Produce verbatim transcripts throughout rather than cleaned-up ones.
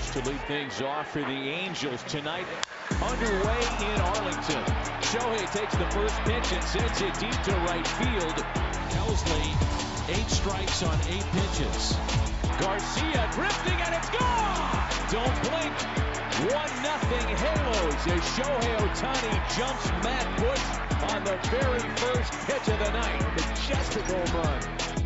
to lead things off for the Angels tonight. Underway in Arlington. Shohei takes the first pitch and sends it deep to right field. Helsley, eight strikes on eight pitches. Garcia drifting and it's gone! Don't blink. one nothing Halos as Shohei Ohtani jumps Matt Bush on the very first pitch of the night. Majestic home run.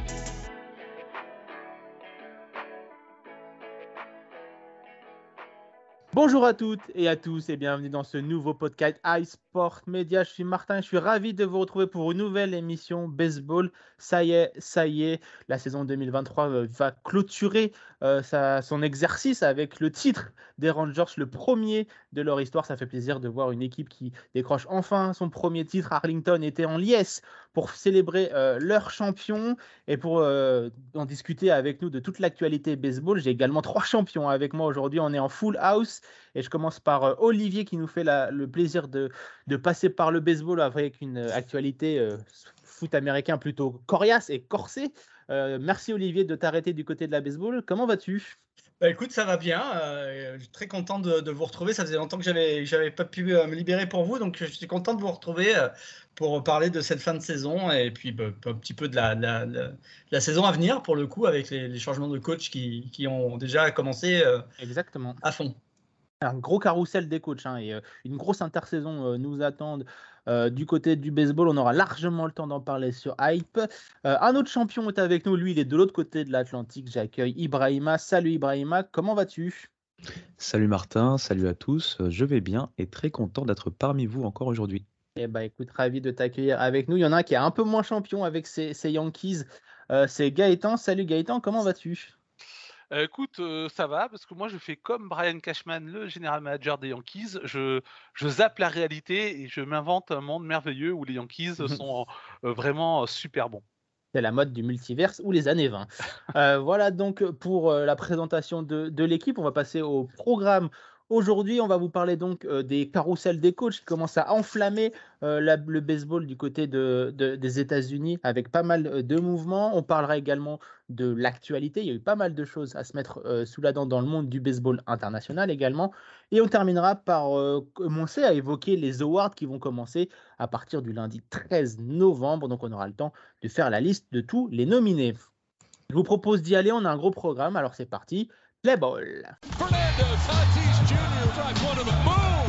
Bonjour à toutes et à tous et bienvenue dans ce nouveau podcast iSport Media. Je suis Martin, je suis ravi de vous retrouver pour une nouvelle émission baseball. Ça y est, ça y est, la saison deux mille vingt-trois va clôturer euh, sa, son exercice avec le titre des Rangers, le premier de leur histoire. Ça fait plaisir de voir une équipe qui décroche enfin son premier titre. Arlington était en liesse pour célébrer euh, leur champion et pour euh, en discuter avec nous de toute l'actualité baseball. J'ai également trois champions avec moi aujourd'hui. On est en full house. Et je commence par euh, Olivier qui nous fait la, le plaisir de, de passer par le baseball avec une actualité euh, foot américain plutôt coriace et corsée. Euh, merci Olivier de t'arrêter du côté de la baseball. Comment vas-tu ? Bah écoute, ça va bien. Euh, je suis très content de, de vous retrouver. Ça faisait longtemps que j'avais j'avais pas pu euh, me libérer pour vous, donc je suis content de vous retrouver euh, pour parler de cette fin de saison et puis bah, un petit peu de la, la, la, la saison à venir pour le coup avec les, les changements de coach qui, qui ont déjà commencé euh, Exactement. à fond. Un gros carrousel des coachs hein, et euh, une grosse intersaison euh, nous attendent euh, du côté du baseball. On aura largement le temps d'en parler sur Hype. Euh, un autre champion est avec nous. Lui, il est de l'autre côté de l'Atlantique. J'accueille Ibrahima. Salut Ibrahima, comment vas-tu ? Salut Martin, salut à tous. Je vais bien et très content d'être parmi vous encore aujourd'hui. Eh ben, écoute, ravi de t'accueillir avec nous. Il y en a un qui est un peu moins champion avec ses, ses Yankees. Euh, c'est Gaëtan. Salut Gaëtan, comment vas-tu ? Euh, écoute, euh, ça va, parce que moi je fais comme Brian Cashman, le général manager des Yankees, je, je zappe la réalité et je m'invente un monde merveilleux où les Yankees sont euh, vraiment super bons. C'est la mode du multiverse ou les années vingt. Euh, voilà donc pour euh, la présentation de, de l'équipe. On va passer au programme. Aujourd'hui, on va vous parler donc euh, des carousels des coachs qui commencent à enflammer euh, la, le baseball du côté de, de, des États-Unis avec pas mal de mouvements. On parlera également de l'actualité. Il y a eu pas mal de choses à se mettre euh, sous la dent dans le monde du baseball international également. Et on terminera par euh, commencer à évoquer les awards qui vont commencer à partir du lundi treize novembre. Donc on aura le temps de faire la liste de tous les nominés. Je vous propose d'y aller, on a un gros programme, alors c'est parti, play ball. Fernando Tatis Junior drives one to the moon.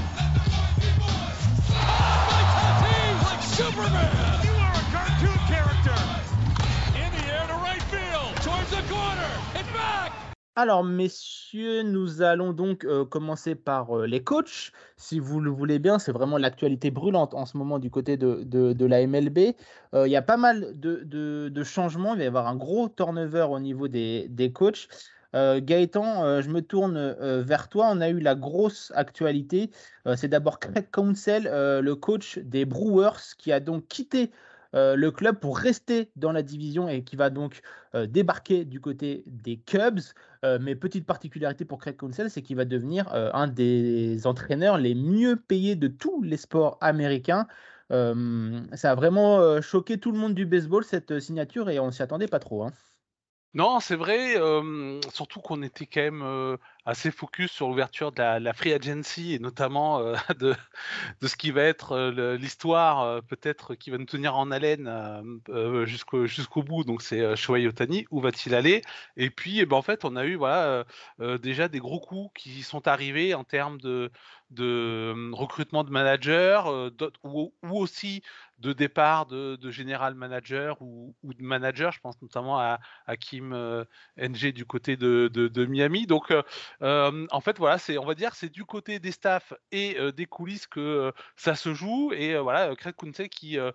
Oh, by Tatis like Superman. You are a cartoon character. In the air to right field, towards the corner, and back. Alors messieurs, nous allons donc euh, commencer par euh, les coachs. Si vous le voulez bien, c'est vraiment l'actualité brûlante en ce moment du côté de, de, de la M L B. Euh, il y a pas mal de, de, de changements, il va y avoir un gros turnover au niveau des, des coachs. Euh, Gaëtan, euh, je me tourne euh, vers toi. On a eu la grosse actualité. Euh, c'est d'abord Craig Counsell, euh, le coach des Brewers, qui a donc quitté euh, le club pour rester dans la division et qui va donc euh, débarquer du côté des Cubs. Euh, mais petite particularité pour Craig Counsell, c'est qu'il va devenir euh, un des entraîneurs les mieux payés de tous les sports américains. Euh, ça a vraiment euh, choqué tout le monde du baseball, cette signature, et on ne s'y attendait pas trop. Hein. Non, c'est vrai, euh, surtout qu'on était quand même euh, assez focus sur l'ouverture de la, la free agency et notamment euh, de, de ce qui va être euh, le- l'histoire euh, peut-être qui va nous tenir en haleine euh, euh, jusqu'au jusqu'au bout. Donc c'est euh, Shohei Ohtani, où va-t-il aller? Et puis eh ben, en fait on a eu voilà euh, euh, déjà des gros coups qui sont arrivés en termes de, de euh, recrutement de managers euh, d'autres- ou, ou aussi de départ de, de général manager ou, ou de manager. Je pense notamment à Hakim euh, N G du côté de, de, de Miami. Donc, euh, euh, en fait, voilà, c'est, on va dire, c'est du côté des staffs et euh, des coulisses que euh, ça se joue. Et euh, voilà, Craig Counsell qui, euh,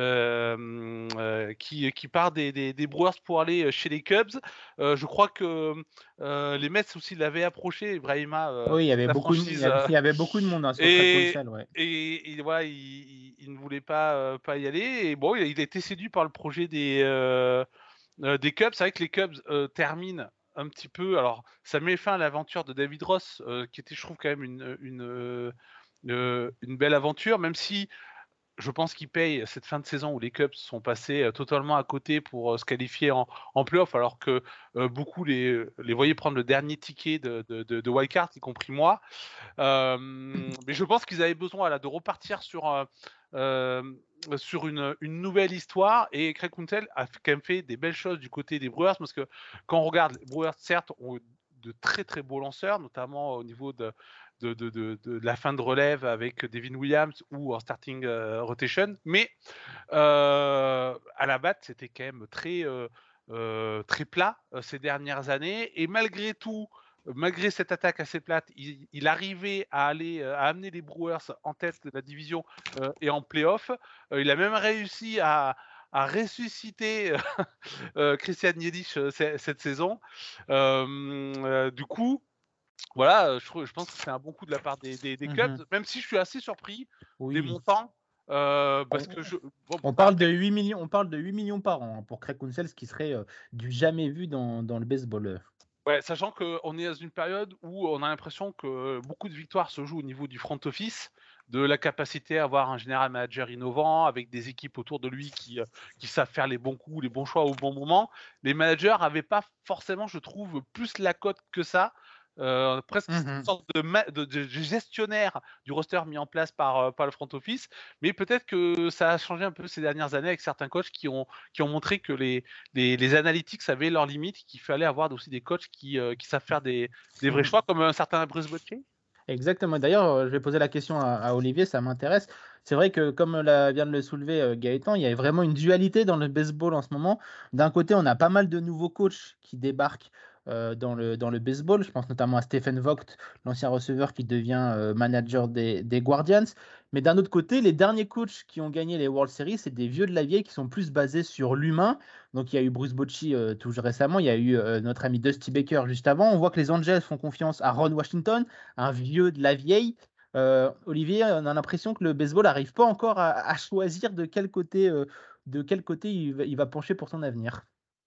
euh, euh, qui, qui part des, des, des Brewers pour aller chez les Cubs. Euh, je crois que euh, les Mets aussi l'avaient approché, Ibrahima, euh, Oui, il y avait la beaucoup de, il franchise. y avait, euh, il y avait beaucoup de monde hein, sur Craig et, Counsell. Ouais. et, et voilà, il, il, il ne voulait pas, euh, pas y aller. Et bon, il a, il a été séduit par le projet des, euh, euh, des Cubs. C'est vrai que les Cubs euh, terminent un petit peu. Alors, ça met fin à l'aventure de David Ross, euh, qui était, je trouve, quand même une, une, euh, une belle aventure, même si je pense qu'ils payent cette fin de saison où les Cubs sont passés euh, totalement à côté pour euh, se qualifier en, en playoff, alors que euh, beaucoup les, les voyaient prendre le dernier ticket de, de, de, de wildcard, y compris moi. Euh, mais je pense qu'ils avaient besoin voilà, de repartir sur, euh, euh, sur une, une nouvelle histoire, et Craig Counsell a quand même fait des belles choses du côté des Brewers, parce que quand on regarde, les Brewers certes ont de très très beaux lanceurs, notamment au niveau de, de, de, de, de la fin de relève avec Devin Williams ou en starting uh, rotation, mais euh, à la batte c'était quand même très, euh, euh, très plat euh, ces dernières années, et malgré tout, malgré cette attaque assez plate, il, il arrivait à aller à amener les Brewers en tête de la division euh, et en playoff. Euh, il a même réussi à, à ressusciter euh, Christian Yelich euh, cette saison. Euh, euh, du coup, voilà, je, je pense que c'est un bon coup de la part des, des, des clubs, mm-hmm. même si je suis assez surpris oui. des montants. Euh, parce on, que je, bon, on, parle après... de huit millions, on parle de huit millions par an hein, pour Craig Counsell, ce qui serait euh, du jamais vu dans, dans le baseball. Ouais, sachant qu'on est dans une période où on a l'impression que beaucoup de victoires se jouent au niveau du front office, de la capacité à avoir un général manager innovant, avec des équipes autour de lui qui, qui savent faire les bons coups, les bons choix au bon moment. Les managers n'avaient pas forcément, je trouve, plus la cote que ça. Euh, presque mm-hmm. une sorte de, ma- de, de gestionnaire du roster mis en place par, par le front office, mais peut-être que ça a changé un peu ces dernières années avec certains coachs qui ont, qui ont montré que les, les, les analytics avaient leurs limites, qu'il fallait avoir aussi des coachs qui, euh, qui savent faire des, des vrais mm-hmm. choix, comme un certain Bruce Bochy. Exactement. D'ailleurs, je vais poser la question à, à Olivier, ça m'intéresse. C'est vrai que, comme la, vient de le soulever euh, Gaëtan, il y a vraiment une dualité dans le baseball en ce moment. D'un côté, on a pas mal de nouveaux coachs qui débarquent euh, dans, le, dans le baseball. Je pense notamment à Stephen Vogt, l'ancien receveur qui devient euh, manager des, des Guardians. Mais d'un autre côté, les derniers coachs qui ont gagné les World Series, c'est des vieux de la vieille qui sont plus basés sur l'humain. Donc, il y a eu Bruce Bochy euh, tout récemment, il y a eu euh, notre ami Dusty Baker juste avant. On voit que les Angels font confiance à Ron Washington, un vieux de la vieille. Euh, Olivier, on a l'impression que le baseball n'arrive pas encore à, à choisir de quel côté, euh, de quel côté il va, il va pencher pour son avenir.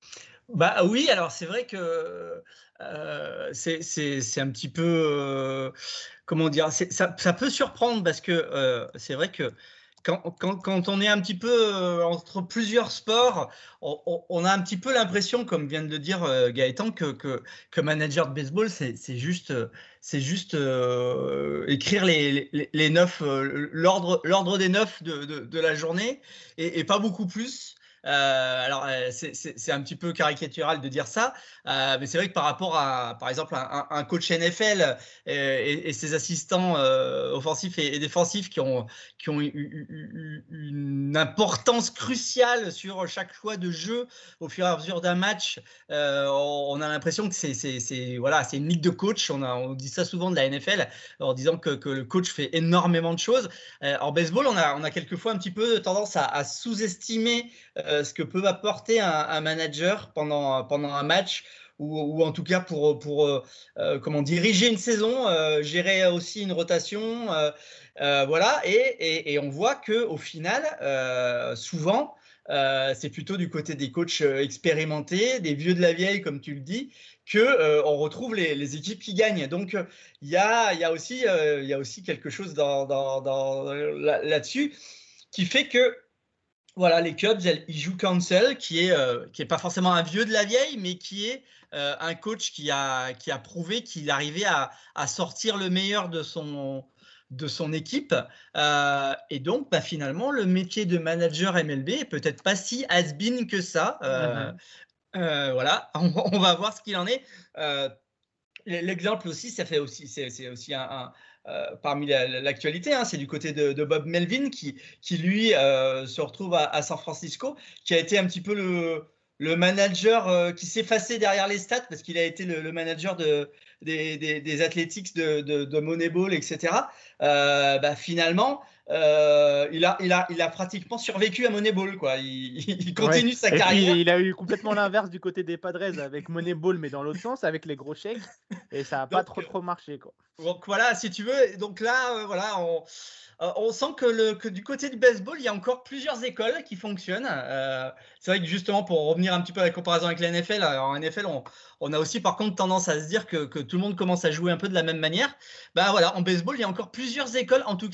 Bah oui, alors c'est vrai que euh, c'est, c'est, c'est un petit peu, euh, comment dire, c'est, ça, ça peut surprendre parce que euh, c'est vrai que quand, quand, quand on est un petit peu euh, entre plusieurs sports, on, on, on a un petit peu l'impression, comme vient de le dire euh, Gaëtan, que, que, que manager de baseball, c'est, c'est juste, c'est juste euh, écrire les, les, les neuf, euh, l'ordre, l'ordre des neuf de, de, de la journée et, et pas beaucoup plus. Euh, alors, c'est, c'est, c'est un petit peu caricatural de dire ça, euh, mais c'est vrai que par rapport à, par exemple, un, un coach N F L et, et, et ses assistants euh, offensifs et, et défensifs qui ont, qui ont eu, eu, eu une importance cruciale sur chaque choix de jeu au fur et à mesure d'un match, euh, on a l'impression que c'est, c'est, c'est, voilà, c'est une ligue de coach. On, a, on dit ça souvent de la N F L en disant que, que le coach fait énormément de choses. Euh, en baseball, on a, on a quelquefois un petit peu tendance à, à sous-estimer euh, ce que peut apporter un, un manager pendant, pendant un match ou, ou en tout cas pour, pour euh, comment diriger une saison, euh, gérer aussi une rotation, euh, euh, voilà, et, et, et on voit qu'au final, euh, souvent, euh, c'est plutôt du côté des coachs expérimentés, des vieux de la vieille, comme tu le dis, qu'on euh, retrouve les, les équipes qui gagnent. Donc, il euh, y, a, y, a aussi, euh, y a aussi quelque chose dans, dans, dans, là, là-dessus qui fait que voilà, les Cubs, ils jouent Counsell, qui est euh, qui est pas forcément un vieux de la vieille, mais qui est euh, un coach qui a qui a prouvé qu'il arrivait à, à sortir le meilleur de son de son équipe. Euh, et donc, bah, finalement, le métier de manager M L B est peut-être pas si has-been que ça. Euh, mm-hmm. euh, voilà, on, on va voir ce qu'il en est. Euh, l'exemple aussi, ça fait aussi, c'est, c'est aussi un, un Euh, parmi la, l'actualité, hein, c'est du côté de, de Bob Melvin qui, qui lui euh, se retrouve à, à San Francisco, qui a été un petit peu le, le manager euh, qui s'effaçait derrière les stats parce qu'il a été le, le manager de, des, des, des Athletics de, de, de Moneyball, et cetera. Euh, bah, finalement, euh, il, a, il, a, il a pratiquement survécu à Moneyball, quoi. Il, il continue ouais. sa Et carrière. Puis, il a eu complètement l'inverse du côté des Padres avec Moneyball, mais dans l'autre sens, avec les gros chèques, et ça n'a pas trop trop marché, quoi. Donc voilà, si tu veux, donc là, euh, voilà, on, euh, on sent que, le, que du côté du baseball, il y a encore plusieurs écoles qui fonctionnent. Euh, c'est vrai que justement, pour revenir un petit peu à la comparaison avec la N F L, en N F L, on, on a aussi par contre tendance à se dire que, que tout le monde commence à jouer un peu de la même manière. Ben voilà, en baseball, il y a encore plusieurs écoles, en tout cas pour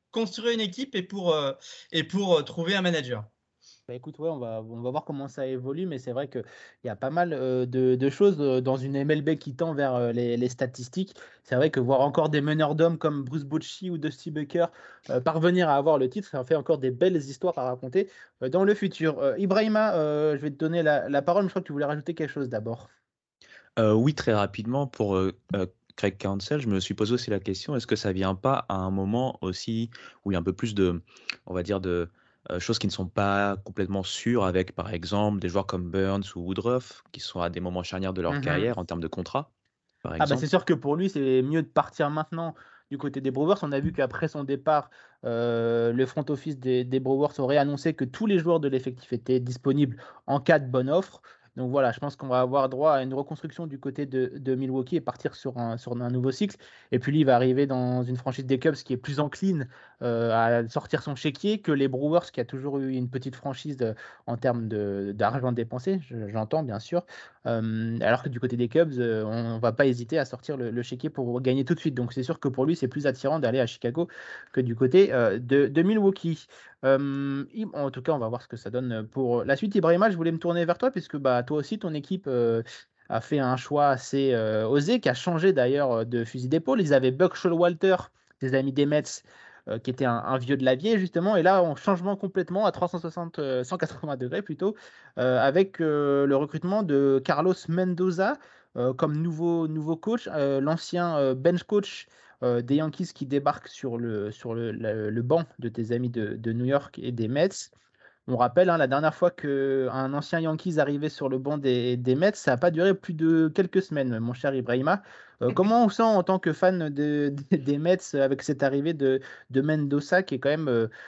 construire une équipe et pour, euh, et pour euh, trouver un manager. Bah, écoute, ouais, on va, on va voir comment ça évolue, mais c'est vrai qu'il y a pas mal euh, de, de choses euh, dans une M L B qui tend vers euh, les, les statistiques. C'est vrai que voir encore des meneurs d'hommes comme Bruce Bochy ou Dusty Baker euh, parvenir à avoir le titre, ça en fait encore des belles histoires à raconter euh, dans le futur. Euh, Ibrahima, euh, je vais te donner la, la parole, mais je crois que tu voulais rajouter quelque chose d'abord. Euh, oui, très rapidement, pour euh, euh, Craig Counsell, je me suis posé aussi la question, est-ce que ça vient pas à un moment aussi où il y a un peu plus de, on va dire, de euh, choses qui ne sont pas complètement sûres avec, par exemple, des joueurs comme Burns ou Woodruff, qui sont à des moments charnières de leur Mhm. carrière en termes de contrat, par Ah bah c'est exemple. sûr que pour lui, c'est mieux de partir maintenant du côté des Brewers. On a vu qu'après son départ, euh, le front office des, des Brewers aurait annoncé que tous les joueurs de l'effectif étaient disponibles en cas de bonne offre. Donc voilà, je pense qu'on va avoir droit à une reconstruction du côté de, de Milwaukee et partir sur un, sur un nouveau cycle. Et puis lui, il va arriver dans une franchise des Cubs qui est plus encline euh, à sortir son chéquier que les Brewers, qui a toujours eu une petite franchise de- en termes de- d'argent dépensé, je- j'entends bien sûr. Euh, alors que du côté des Cubs, euh, on ne va pas hésiter à sortir le, le chéquier pour gagner tout de suite. Donc c'est sûr que pour lui, c'est plus attirant d'aller à Chicago que du côté euh, de, de Milwaukee. Euh, il- en tout cas, on va voir ce que ça donne pour la suite. Ibrahima, je voulais me tourner vers toi, puisque bah, toi aussi, ton équipe euh, a fait un choix assez euh, osé, qui a changé d'ailleurs de fusil d'épaule. Ils avaient Buck Showalter, des amis des Mets, euh, qui était un, un vieux de la vieille, justement. Et là, on changement complètement à trois cent soixante, euh, cent quatre-vingts degrés plutôt, euh, avec euh, le recrutement de Carlos Mendoza euh, comme nouveau, nouveau coach, euh, l'ancien euh, bench coach euh, des Yankees qui débarque sur le, sur le, le, le banc de tes amis de, de New York et des Mets. On rappelle, hein, la dernière fois qu'un ancien Yankees arrivait sur le banc des, des Mets, ça n'a pas duré plus de quelques semaines, mon cher Ibrahima. Euh, comment on sent en tant que fan de, de- des Mets avec cette arrivée de, de Mendoza, qui est quand même, euh,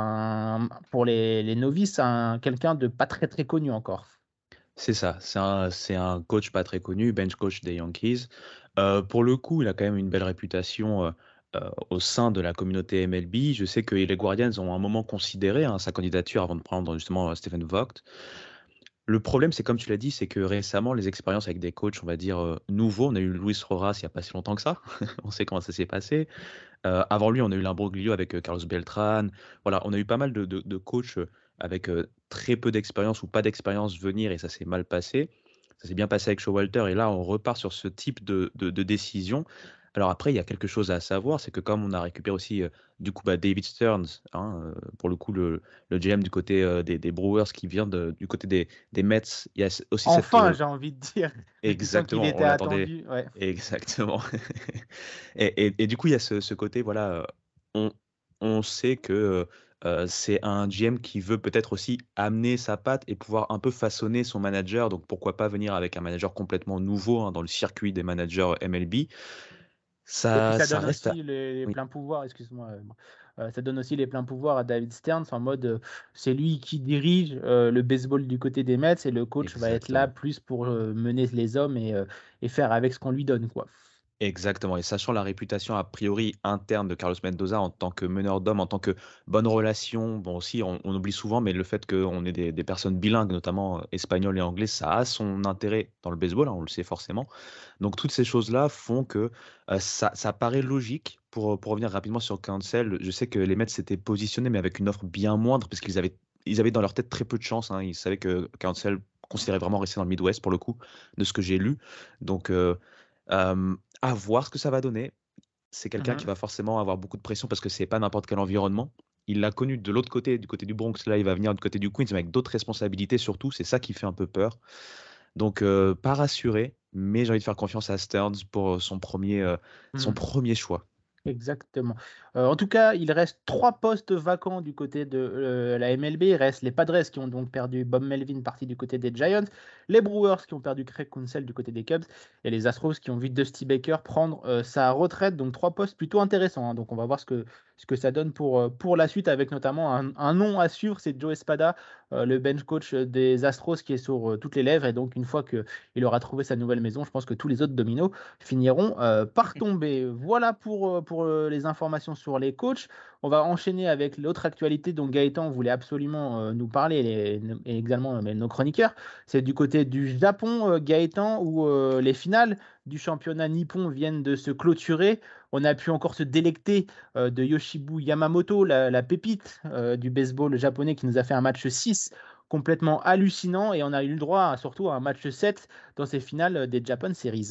un- pour les, les novices, un, quelqu'un de pas très très connu encore? C'est ça, c'est un, c'est un coach pas très connu, bench coach des Yankees. Euh, pour le coup, il a quand même une belle réputation euh, euh, au sein de la communauté M L B. Je sais que les Guardians ont un moment considéré hein, sa candidature avant de prendre justement euh, Stephen Vogt. Le problème, c'est comme tu l'as dit, c'est que récemment, les expériences avec des coachs, on va dire, euh, nouveaux, on a eu Luis Rojas il n'y a pas si longtemps que ça, on sait comment ça s'est passé. Euh, avant lui, on a eu l'imbroglio avec euh, Carlos Beltran. Voilà, on a eu pas mal de, de, de coachs euh, avec euh, très peu d'expérience ou pas d'expérience venir et ça s'est mal passé. Ça s'est bien passé avec Showalter et là, on repart sur ce type de, de, de décision. Alors après, il y a quelque chose à savoir, c'est que comme on a récupéré aussi euh, du coup bah, David Stearns, hein, euh, pour le coup le, le G M du côté euh, des, des Brewers qui vient de- du côté des, des Mets, il y a aussi cette, Enfin, euh, j'ai envie de dire, depuis le temps qu'il exactement, on était l'attendait. attendu. Ouais. Exactement. Et, et- et du coup, il y a ce, ce côté, voilà, euh, on, on sait que euh, c'est un G M qui veut peut-être aussi amener sa patte et pouvoir un peu façonner son manager. Donc, pourquoi pas venir avec un manager complètement nouveau hein, dans le circuit des managers M L B. Et puis Ça, ça ça donne reste à... aussi les, les Oui, pleins pouvoirs, excuse-moi, euh, euh, ça donne aussi les pleins pouvoirs à David Stearns en mode euh, c'est lui qui dirige euh, le baseball du côté des Mets et le coach va être là exactement. plus pour euh, mener les hommes et, euh, et faire avec ce qu'on lui donne, quoi. Exactement. Et sachant la réputation a priori interne de Carlos Mendoza en tant que meneur d'hommes, en tant que bonne relation, bon aussi on, on oublie souvent, mais le fait qu'on ait des, des personnes bilingues, notamment euh, espagnol et anglais, ça a son intérêt dans le baseball, hein, on le sait forcément. Donc toutes ces choses-là font que euh, ça, ça paraît logique. Pour, pour revenir rapidement sur Cancel, je sais que les Mets s'étaient positionnés, mais avec une offre bien moindre, parce qu'ils avaient, ils avaient dans leur tête très peu de chance. Hein. Ils savaient que Cancel considérait vraiment rester dans le Midwest pour le coup, de ce que j'ai lu. Donc euh, euh, à voir ce que ça va donner. C'est quelqu'un qui Mhm. va forcément avoir beaucoup de pression parce que c'est pas n'importe quel environnement. Il l'a connu de l'autre côté, du côté du Bronx. Là, il va venir du côté du Queens, mais avec d'autres responsabilités surtout. C'est ça qui fait un peu peur. Donc, euh, pas rassuré, mais j'ai envie de faire confiance à Stearns pour son premier, euh, son Mhm. premier choix. Exactement. Euh, en tout cas, il reste trois postes vacants du côté de euh, la M L B. Il reste les Padres qui ont donc perdu Bob Melvin, parti du côté des Giants, les Brewers qui ont perdu Craig Counsell du côté des Cubs, et les Astros qui ont vu Dusty Baker prendre euh, sa retraite. Donc trois postes plutôt intéressants, hein. Donc on va voir ce que, ce que ça donne pour, euh, pour la suite, avec notamment un, un nom à suivre, c'est Joe Espada, euh, le bench coach des Astros, qui est sur euh, toutes les lèvres. Et donc une fois qu'il aura trouvé sa nouvelle maison, je pense que tous les autres dominos finiront euh, par tomber. Voilà pour, euh, pour euh, les informations sur les coachs. On va enchaîner avec l'autre actualité dont Gaëtan voulait absolument euh, nous parler, les- et également euh, nos chroniqueurs. C'est du côté du Japon, euh, Gaëtan, où euh, les finales du championnat nippon viennent de se clôturer. On a pu encore se délecter euh, de Yoshibu Yamamoto, la, la pépite euh, du baseball japonais qui nous a fait un match six complètement hallucinant et on a eu le droit à, surtout à un match sept dans ces finales des Japan Series.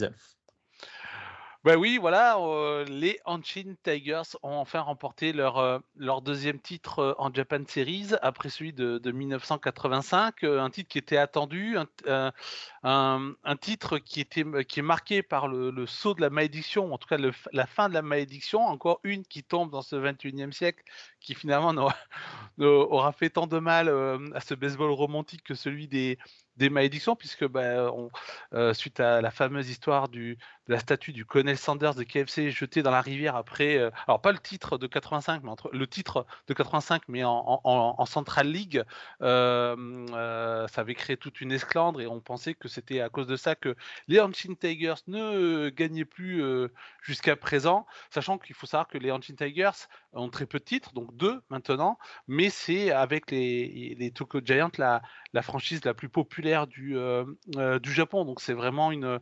Bah oui, voilà, euh, les Hanshin Tigers ont enfin remporté leur, euh, leur deuxième titre euh, en Japan Series après celui de, de mille neuf cent quatre-vingt-cinq, euh, un titre qui était attendu, un, euh, un, un titre qui, était, qui est marqué par le, le saut de la malédiction, en tout cas le, la fin de la malédiction, encore une qui tombe dans ce vingt et unième siècle, qui finalement n'aura, aura fait tant de mal euh, à ce baseball romantique que celui des, des malédictions, puisque bah, on, euh, suite à la fameuse histoire du, de la statue du colonel Sanders de K F C jetée dans la rivière après, euh, alors pas le titre de quatre-vingt-cinq, mais entre, le titre de quatre-vingt-cinq, mais en, en, en Central League, euh, euh, ça avait créé toute une esclandre et on pensait que c'était à cause de ça que les Hanshin Tigers ne gagnaient plus euh, jusqu'à présent, sachant qu'il faut savoir que les Hanshin Tigers ont très peu de titres, donc deux maintenant, mais c'est avec les, les Tokyo Giants la, la franchise la plus populaire du, euh, euh, du Japon, donc c'est vraiment une,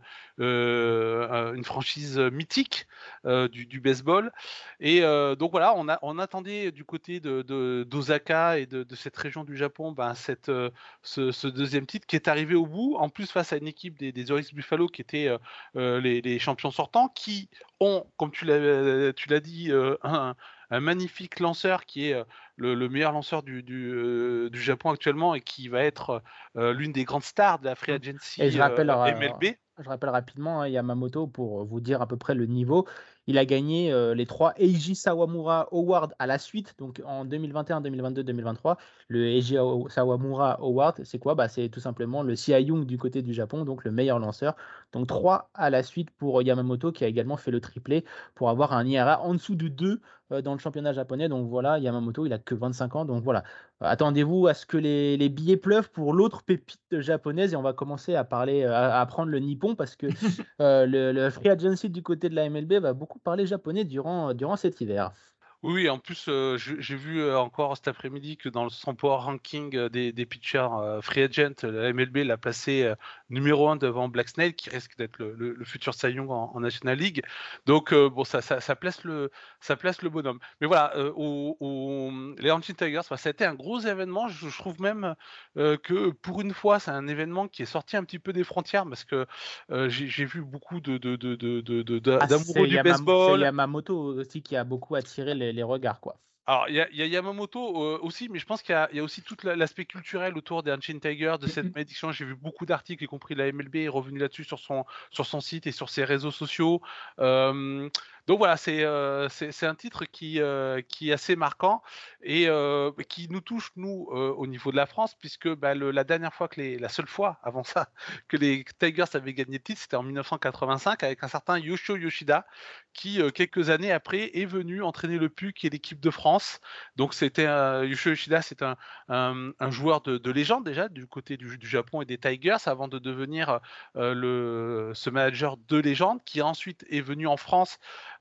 euh, une franchise mythique euh, du, du baseball. Et euh, donc voilà, on, a, on attendait du côté de, de, d'Osaka et de, de cette région du Japon ben, cette, euh, ce, ce deuxième titre qui est arrivé au bout, en plus face à une équipe des, des Oryx Buffalo qui étaient euh, les, les champions sortants, qui ont, comme tu l'as, tu l'as dit, euh, un, un magnifique lanceur qui est le, le meilleur lanceur du, du, euh, du Japon actuellement et qui va être euh, l'une des grandes stars de la Free Agency Et je rappelle, euh, euh, M L B. je rappelle rapidement hein, Yamamoto pour vous dire à peu près le niveau. Il a gagné euh, les trois Eiji Sawamura Award à la suite, donc en deux mille vingt et un, deux mille vingt-deux, deux mille vingt-trois. Le Eiji Sawamura Award, c'est quoi? Bah, c'est tout simplement le Cy Young du côté du Japon, donc le meilleur lanceur. Donc trois à la suite pour Yamamoto qui a également fait le triplé pour avoir un I R A en dessous de deux euh, dans le championnat japonais. Donc voilà, Yamamoto, il a que vingt-cinq ans. Donc voilà, attendez-vous à ce que les, les billets pleuvent pour l'autre pépite japonaise et on va commencer à parler, à, à apprendre le nippon parce que euh, le, le free agency du côté de la M L B va beaucoup parler japonais durant, durant cet hiver. Oui, en plus, euh, je- j'ai vu euh, encore cet après-midi que dans le- son power ranking euh, des, des pitchers euh, free agent, la M L B l'a placé euh, numéro un devant Black Snell, qui risque d'être le, le- le futur Cy Young en, en National League. Donc, euh, bon, ça, ça, ça place le, ça place le bonhomme. Mais voilà, euh, au- au- les Hanshin Tigers, bah, ça a été un gros événement. Je, je trouve même euh, que pour une fois, c'est un événement qui est sorti un petit peu des frontières parce que euh, j'ai j'ai vu beaucoup de, de, de, de, de- de- Ah, d'amoureux c'est du Yamam- c'est baseball. Yamamoto aussi qui a beaucoup attiré les, les regards, quoi. Alors, il y a, il y a Yamamoto euh, aussi, mais je pense qu'il y a, il y a aussi tout la- l'aspect culturel autour des Hanshin Tigers, de cette Mhm. malédiction. J'ai vu beaucoup d'articles, y compris la M L B, est revenu là-dessus sur son, sur son site et sur ses réseaux sociaux. Euh, donc voilà, c'est euh, c'est c'est un titre qui, euh, qui est assez marquant et euh, qui nous touche, nous, euh, au niveau de la France, puisque bah, le- la dernière fois, que les, la seule fois avant ça, que les Tigers avaient gagné le titre, c'était en mille neuf cent quatre-vingt-cinq avec un certain Yoshio Yoshida, qui, euh, quelques années après, est venu entraîner le P U C et l'équipe de France. Donc c'était euh, Yoshio Yoshida, c'est un, un, un joueur de, de légende déjà du côté du, du Japon et des Tigers avant de devenir euh, le, ce manager de légende qui ensuite est venu en France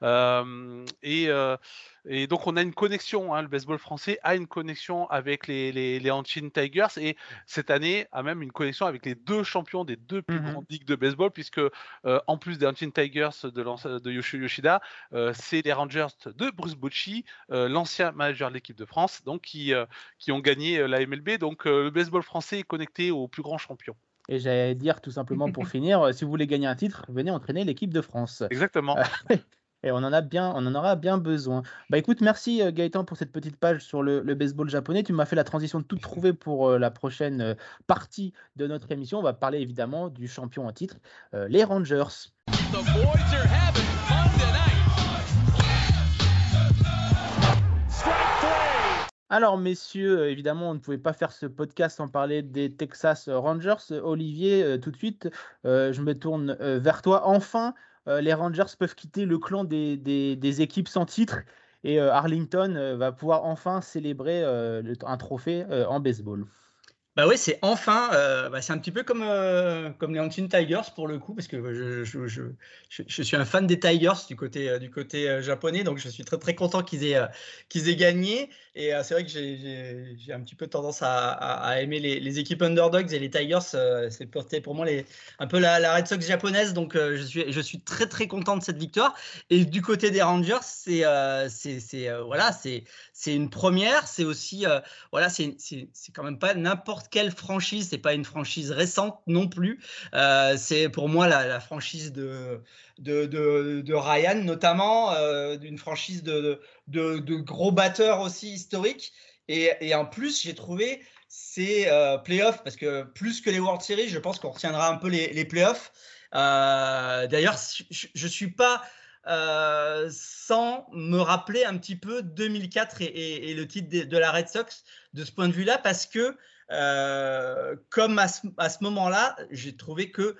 euh, et, euh, et donc on a une connexion, hein, le baseball français a une connexion avec les, les, les Hanshin Tigers et cette année a même une connexion avec les deux champions des deux plus Mhm. grandes ligues de baseball puisque euh, en plus des Hanshin Tigers de, de Yoshio Yoshida, euh, c'est les Rangers de Bruce Bochy, euh, l'ancien manager de l'équipe de France, donc qui, euh, qui ont gagné euh, la M L B. Donc euh, le baseball français est connecté aux plus grands champions. Et j'allais dire tout simplement pour finir, euh, si vous voulez gagner un titre, venez entraîner l'équipe de France. Exactement. Et on en a bien, on en aura bien besoin. Bah écoute, merci euh, Gaëtan pour cette petite page sur le, le baseball japonais. Tu m'as fait la transition toute trouvée pour euh, la prochaine euh, partie de notre émission. On va parler évidemment du champion en titre, euh, les Rangers. The boys are having fun tonight. Strike three. Alors messieurs, euh, évidemment, on ne pouvait pas faire ce podcast sans parler des Texas Rangers. Euh, Olivier, euh, tout de suite, euh, je me tourne euh, vers toi. Enfin, euh, les Rangers peuvent quitter le clan des, des- des équipes sans titre et euh, Arlington euh, va pouvoir enfin célébrer euh, le- un trophée euh, en baseball. Bah oui, c'est enfin, euh, bah c'est un petit peu comme, euh, comme les Hanshin Tigers pour le coup, parce que je, je, je, je, je suis un fan des Tigers du côté, euh, du côté euh, japonais, donc je suis très très content qu'ils aient, euh, qu'ils aient gagné. Et euh, c'est vrai que j'ai, j'ai, j'ai un petit peu tendance à, à, à aimer les, les équipes underdogs, et les Tigers, euh, c'est pour, pour moi les, un peu la, la Red Sox japonaise, donc euh, je, suis, je suis très très content de cette victoire. Et du côté des Rangers, c'est euh, c'est, c'est, euh, voilà, c'est, c'est une première, c'est aussi, euh, voilà, c'est, c'est, c'est quand même pas n'importe quelle franchise, c'est pas une franchise récente non plus. Euh, c'est pour moi la, la franchise de, de, de, de Ryan, notamment, euh, d'une franchise de, de, de gros batteurs aussi historiques. Et, et en plus, j'ai trouvé ces euh, playoffs, parce que plus que les World Series, je pense qu'on retiendra un peu les, les playoffs. Euh, d'ailleurs, je ne suis pas euh, sans me rappeler un petit peu deux mille quatre et, et, et le titre de, de la Red Sox de ce point de vue-là, parce que euh, comme à ce, à ce moment-là, j'ai trouvé que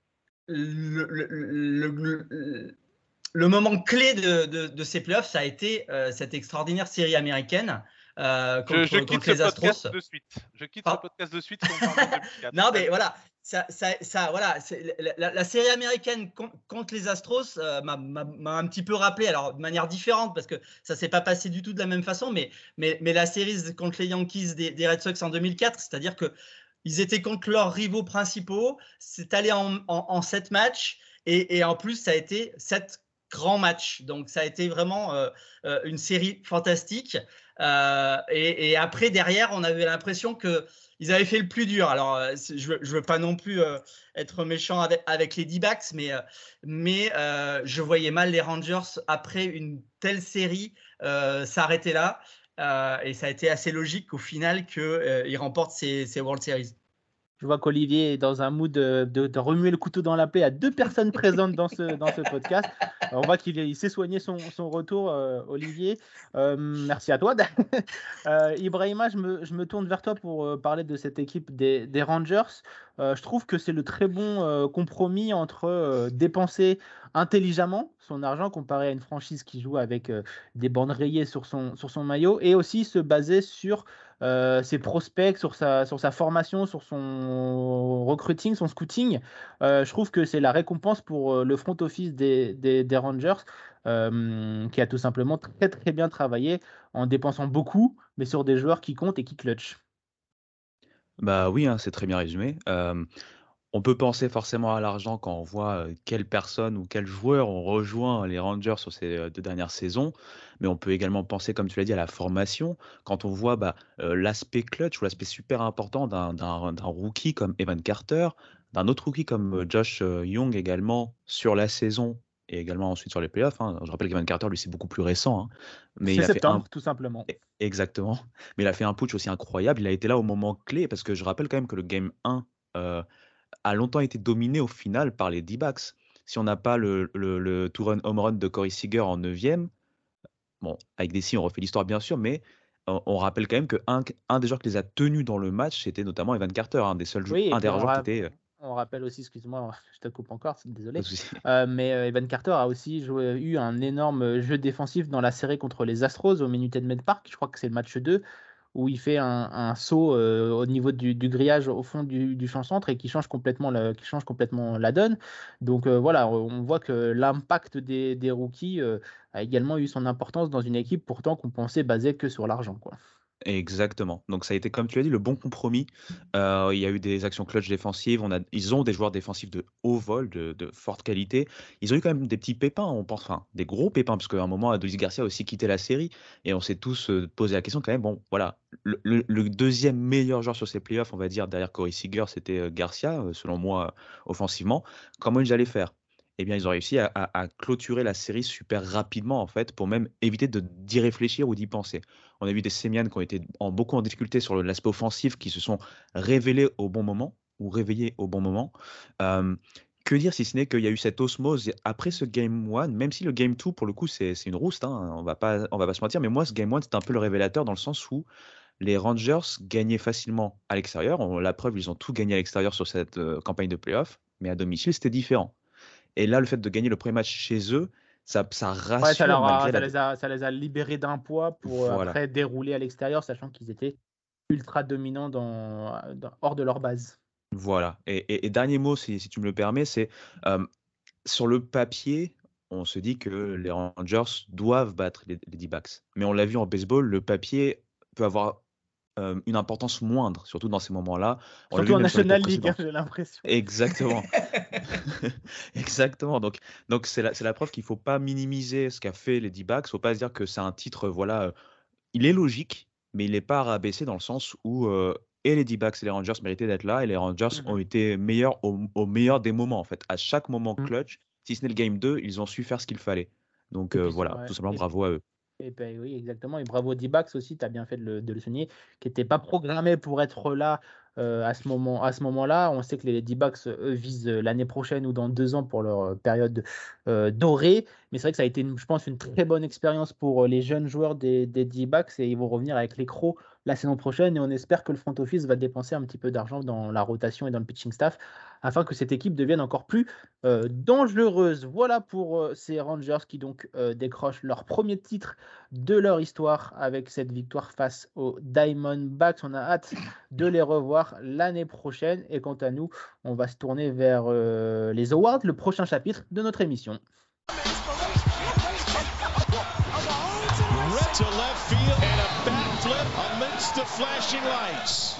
le, le, le, le, le moment clé de, de, de ces playoffs, ça a été euh, cette extraordinaire série américaine euh, contre, je, je contre quitte les ce podcast Astros. de suite. Je quitte Ah. ce podcast de suite si on parle de deux mille quatre. Non, mais voilà. Ça, ça, ça, voilà, la, la, la série américaine contre, contre les Astros euh, m'a, m'a, m'a un petit peu rappelé, alors de manière différente, parce que ça s'est pas passé du tout de la même façon, mais, mais, mais la série contre les Yankees des, des Red Sox en deux mille quatre, c'est-à-dire que ils étaient contre leurs rivaux principaux, c'est allé en, en, en sept matchs, et, et en plus, ça a été sept grands matchs. Donc, ça a été vraiment euh, euh, une série fantastique. Euh, et, et après, derrière, on avait l'impression que ils avaient fait le plus dur. Alors, euh, je ne veux, veux pas non plus euh, être méchant avec, avec les D-backs, mais, euh, mais euh, je voyais mal les Rangers, après une telle série, euh, s'arrêter là. Euh, et ça a été assez logique au final qu'ils euh, remportent ces, ces World Series. Je vois qu'Olivier est dans un mood de, de, de remuer le couteau dans la plaie à deux personnes présentes dans ce, dans ce podcast. Alors, on voit qu'il il s'est soigné son, son retour, euh, Olivier. Euh, merci à toi. euh, Ibrahima, je me, je me tourne vers toi pour euh, parler de cette équipe des, des Rangers. Euh, je trouve que c'est le très bon euh, compromis entre euh, dépenser intelligemment son argent comparé à une franchise qui joue avec euh, des bandes rayées sur son, sur son maillot, et aussi se baser sur Euh, ses prospects, sur sa, sur sa formation, sur son recruiting, son scouting. Euh, je trouve que c'est la récompense pour euh, le front office des, des, des Rangers, euh, qui a tout simplement très très bien travaillé en dépensant beaucoup, mais sur des joueurs qui comptent et qui clutch. Bah oui, hein, c'est très bien résumé. Euh, on peut penser forcément à l'argent quand on voit euh, quelles personnes ou quels joueurs ont rejoint les Rangers sur ces euh, deux dernières saisons, mais on peut également penser, comme tu l'as dit, à la formation. Quand on voit bah, euh, l'aspect clutch ou l'aspect super important d'un d'un- d'un rookie comme Evan Carter, d'un autre rookie comme euh, Josh euh, Young également sur la saison et également ensuite sur les playoffs, hein. Je rappelle qu'Evan Carter, lui, c'est beaucoup plus récent, hein, mais C'est il a fait un septembre, tout simplement. E exactement, mais il a fait un putsch aussi incroyable. Il a été là au moment clé parce que je rappelle quand même que le game un, heu, a longtemps été dominé au final par les D-backs. Si on n'a pas le le le two run home run de Corey Seager en neuvième, bon, avec des si on refait l'histoire bien sûr, mais on on rappelle quand même qu'un q un des joueurs qui les a tenus dans le match, c'était notamment Evan Carter, un des seuls jou Oui, et un des puis rares on, joueurs qui ra- était, heu on rappelle aussi, excuse-moi, je te coupe encore, c'est- pas désolé, de souci. euh, mais euh, Evan Carter a aussi joué- eu un énorme jeu défensif dans la série contre les Astros au Minute Maid Park. Je crois que c'est le match deux, où il fait un, un saut euh, au niveau du, du grillage au fond du, du champ centre et qui change complètement, le, qui change complètement la donne. Donc euh, voilà, on voit que l'impact des, des rookies euh, a également eu son importance dans une équipe pourtant qu'on pensait basée que sur l'argent, quoi. Exactement. Donc ça a été, comme tu l'as dit, le bon compromis. Heu, il y a eu des actions clutch défensives, on a ils ont des joueurs défensifs de haut vol, de de forte qualité. Ils ont eu quand même des petits pépins, on pense enfin, des gros pépins, parce qu'à un moment, Adolis Garcia a aussi quitté la série et on s'est tous, heu, posé la question quand même, bon, voilà, le le le deuxième meilleur joueur sur ces playoffs, on va dire, derrière Corey Seager, c'était, heu, Garcia, heu, selon moi, heu, offensivement. Comment ils allaient faire? Eh bien, ils ont réussi à à à clôturer la série super rapidement, en fait, pour même éviter de d'y réfléchir ou d'y penser. On a vu des Semian qui ont été en beaucoup en difficulté sur le l'aspect offensif, qui se sont révélés au bon moment ou réveillés au bon moment. Hem, que dire si ce n'est qu'il y a eu cette osmose après ce game un, même si le game deux pour le coup c'est c'est une rouste, hein, on va pas on va pas se mentir, mais moi ce game un c'était un peu le révélateur dans le sens où les Rangers gagnaient facilement à l'extérieur. On la preuve, ils ont tout gagné à l'extérieur sur cette, heu, campagne de playoff, mais à domicile, c'était différent. Et là, le fait de gagner le premier match chez eux, ça ça Ouais, ça, rassure leur a- malgré ça la les a, ça les a libérés d'un poids pour euh, voilà. après dérouler à l'extérieur, sachant qu'ils étaient ultra dominants dans, dans- hors de leur base. Voilà. Et, et- et dernier mot, si, si tu me le permets, c'est euh, sur le papier, on se dit que les Rangers doivent battre les, les D-backs. Mais on l'a vu en baseball, le papier peut avoir euh, une importance moindre, surtout dans ces moments-là. On l'a Surtout vu en même sur les tours National League, hein, précédents. j'ai l'impression. Exactement. Exactement. Donc, donc c'est la, c'est la preuve qu'il ne faut pas minimiser ce qu'a fait les D-backs. Il ne faut pas se dire que c'est un titre, voilà, euh, il est logique, mais il n'est pas rabaissé dans le sens où euh, et les D-backs et les Rangers méritaient d'être là, et les Rangers ont Mhm. été meilleurs au, au meilleur des moments, en fait. À chaque moment Mhm. clutch, si ce n'est le game deux, ils ont su faire ce qu'il fallait. Donc Et euh, puis c'est voilà, vrai. tout simplement Et, bravo à eux. et ben oui, exactement. Et bravo D-backs aussi, tu as bien fait de le, de le souligner, qui n'était pas programmé pour être là euh, à ce moment, à ce moment-là. On sait que les D-backs, eux, visent euh, l'année prochaine ou dans deux ans pour leur euh, période euh, dorée. Mais c'est vrai que ça a été, une- je pense, une très bonne expérience pour euh, les jeunes joueurs des, des D-backs et ils vont revenir avec les crocs la saison prochaine. Et on espère que le front office va dépenser un petit peu d'argent dans la rotation et dans le pitching staff afin que cette équipe devienne encore plus euh, dangereuse. Voilà pour euh, ces Rangers qui donc euh, décrochent leur premier titre de leur histoire avec cette victoire face aux Diamondbacks. On a hâte de les revoir l'année prochaine. Et quant à nous, on va se tourner vers euh, les awards, le prochain chapitre de notre émission. Right to left field and a backflip amidst the flashing lights.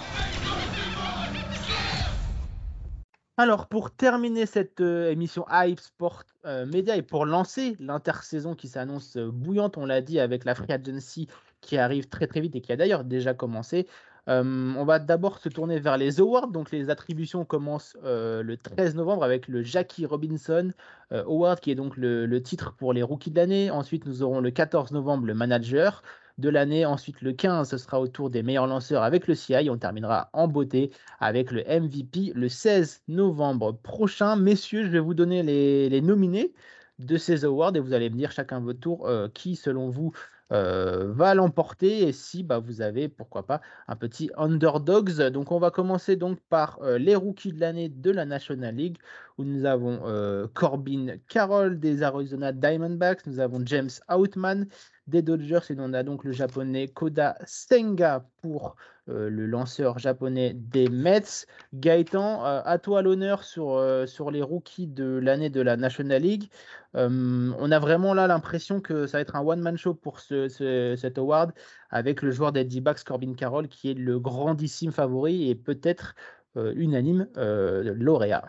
Alors, pour terminer cette euh, émission Hype Sport euh, Media et pour lancer l'intersaison qui s'annonce euh, bouillante, on l'a dit, avec la Free Agency qui arrive très très vite et qui a d'ailleurs déjà commencé, euh, on va d'abord se tourner vers les awards. Donc, les attributions commencent euh, le treize novembre avec le Jackie Robinson euh, Award qui est donc le, le titre pour les rookies de l'année. Ensuite, nous aurons le quatorze novembre le manager de l'année. Ensuite, le quinze, ce sera au tour des meilleurs lanceurs avec le C I. On terminera en beauté avec le M V P le seize novembre prochain. Messieurs, je vais vous donner les, les nominés de ces awards et vous allez me dire chacun votre tour euh, qui, selon vous, euh, va l'emporter et si bah, vous avez, pourquoi pas, un petit underdogs. Donc, on va commencer donc par euh, les rookies de l'année de la National League où nous avons euh, Corbin Carroll des Arizona Diamondbacks, nous avons James Outman des Dodgers et on a donc le japonais Koda Senga pour euh, le lanceur japonais des Mets. Gaëtan, euh, à toi l'honneur sur, euh, sur les rookies de l'année de la National League. Euh, on a vraiment là l'impression que ça va être un one-man show pour ce, ce- cet award avec le joueur des D-backs Corbin Carroll qui est le grandissime favori et peut-être euh, unanime euh, lauréat.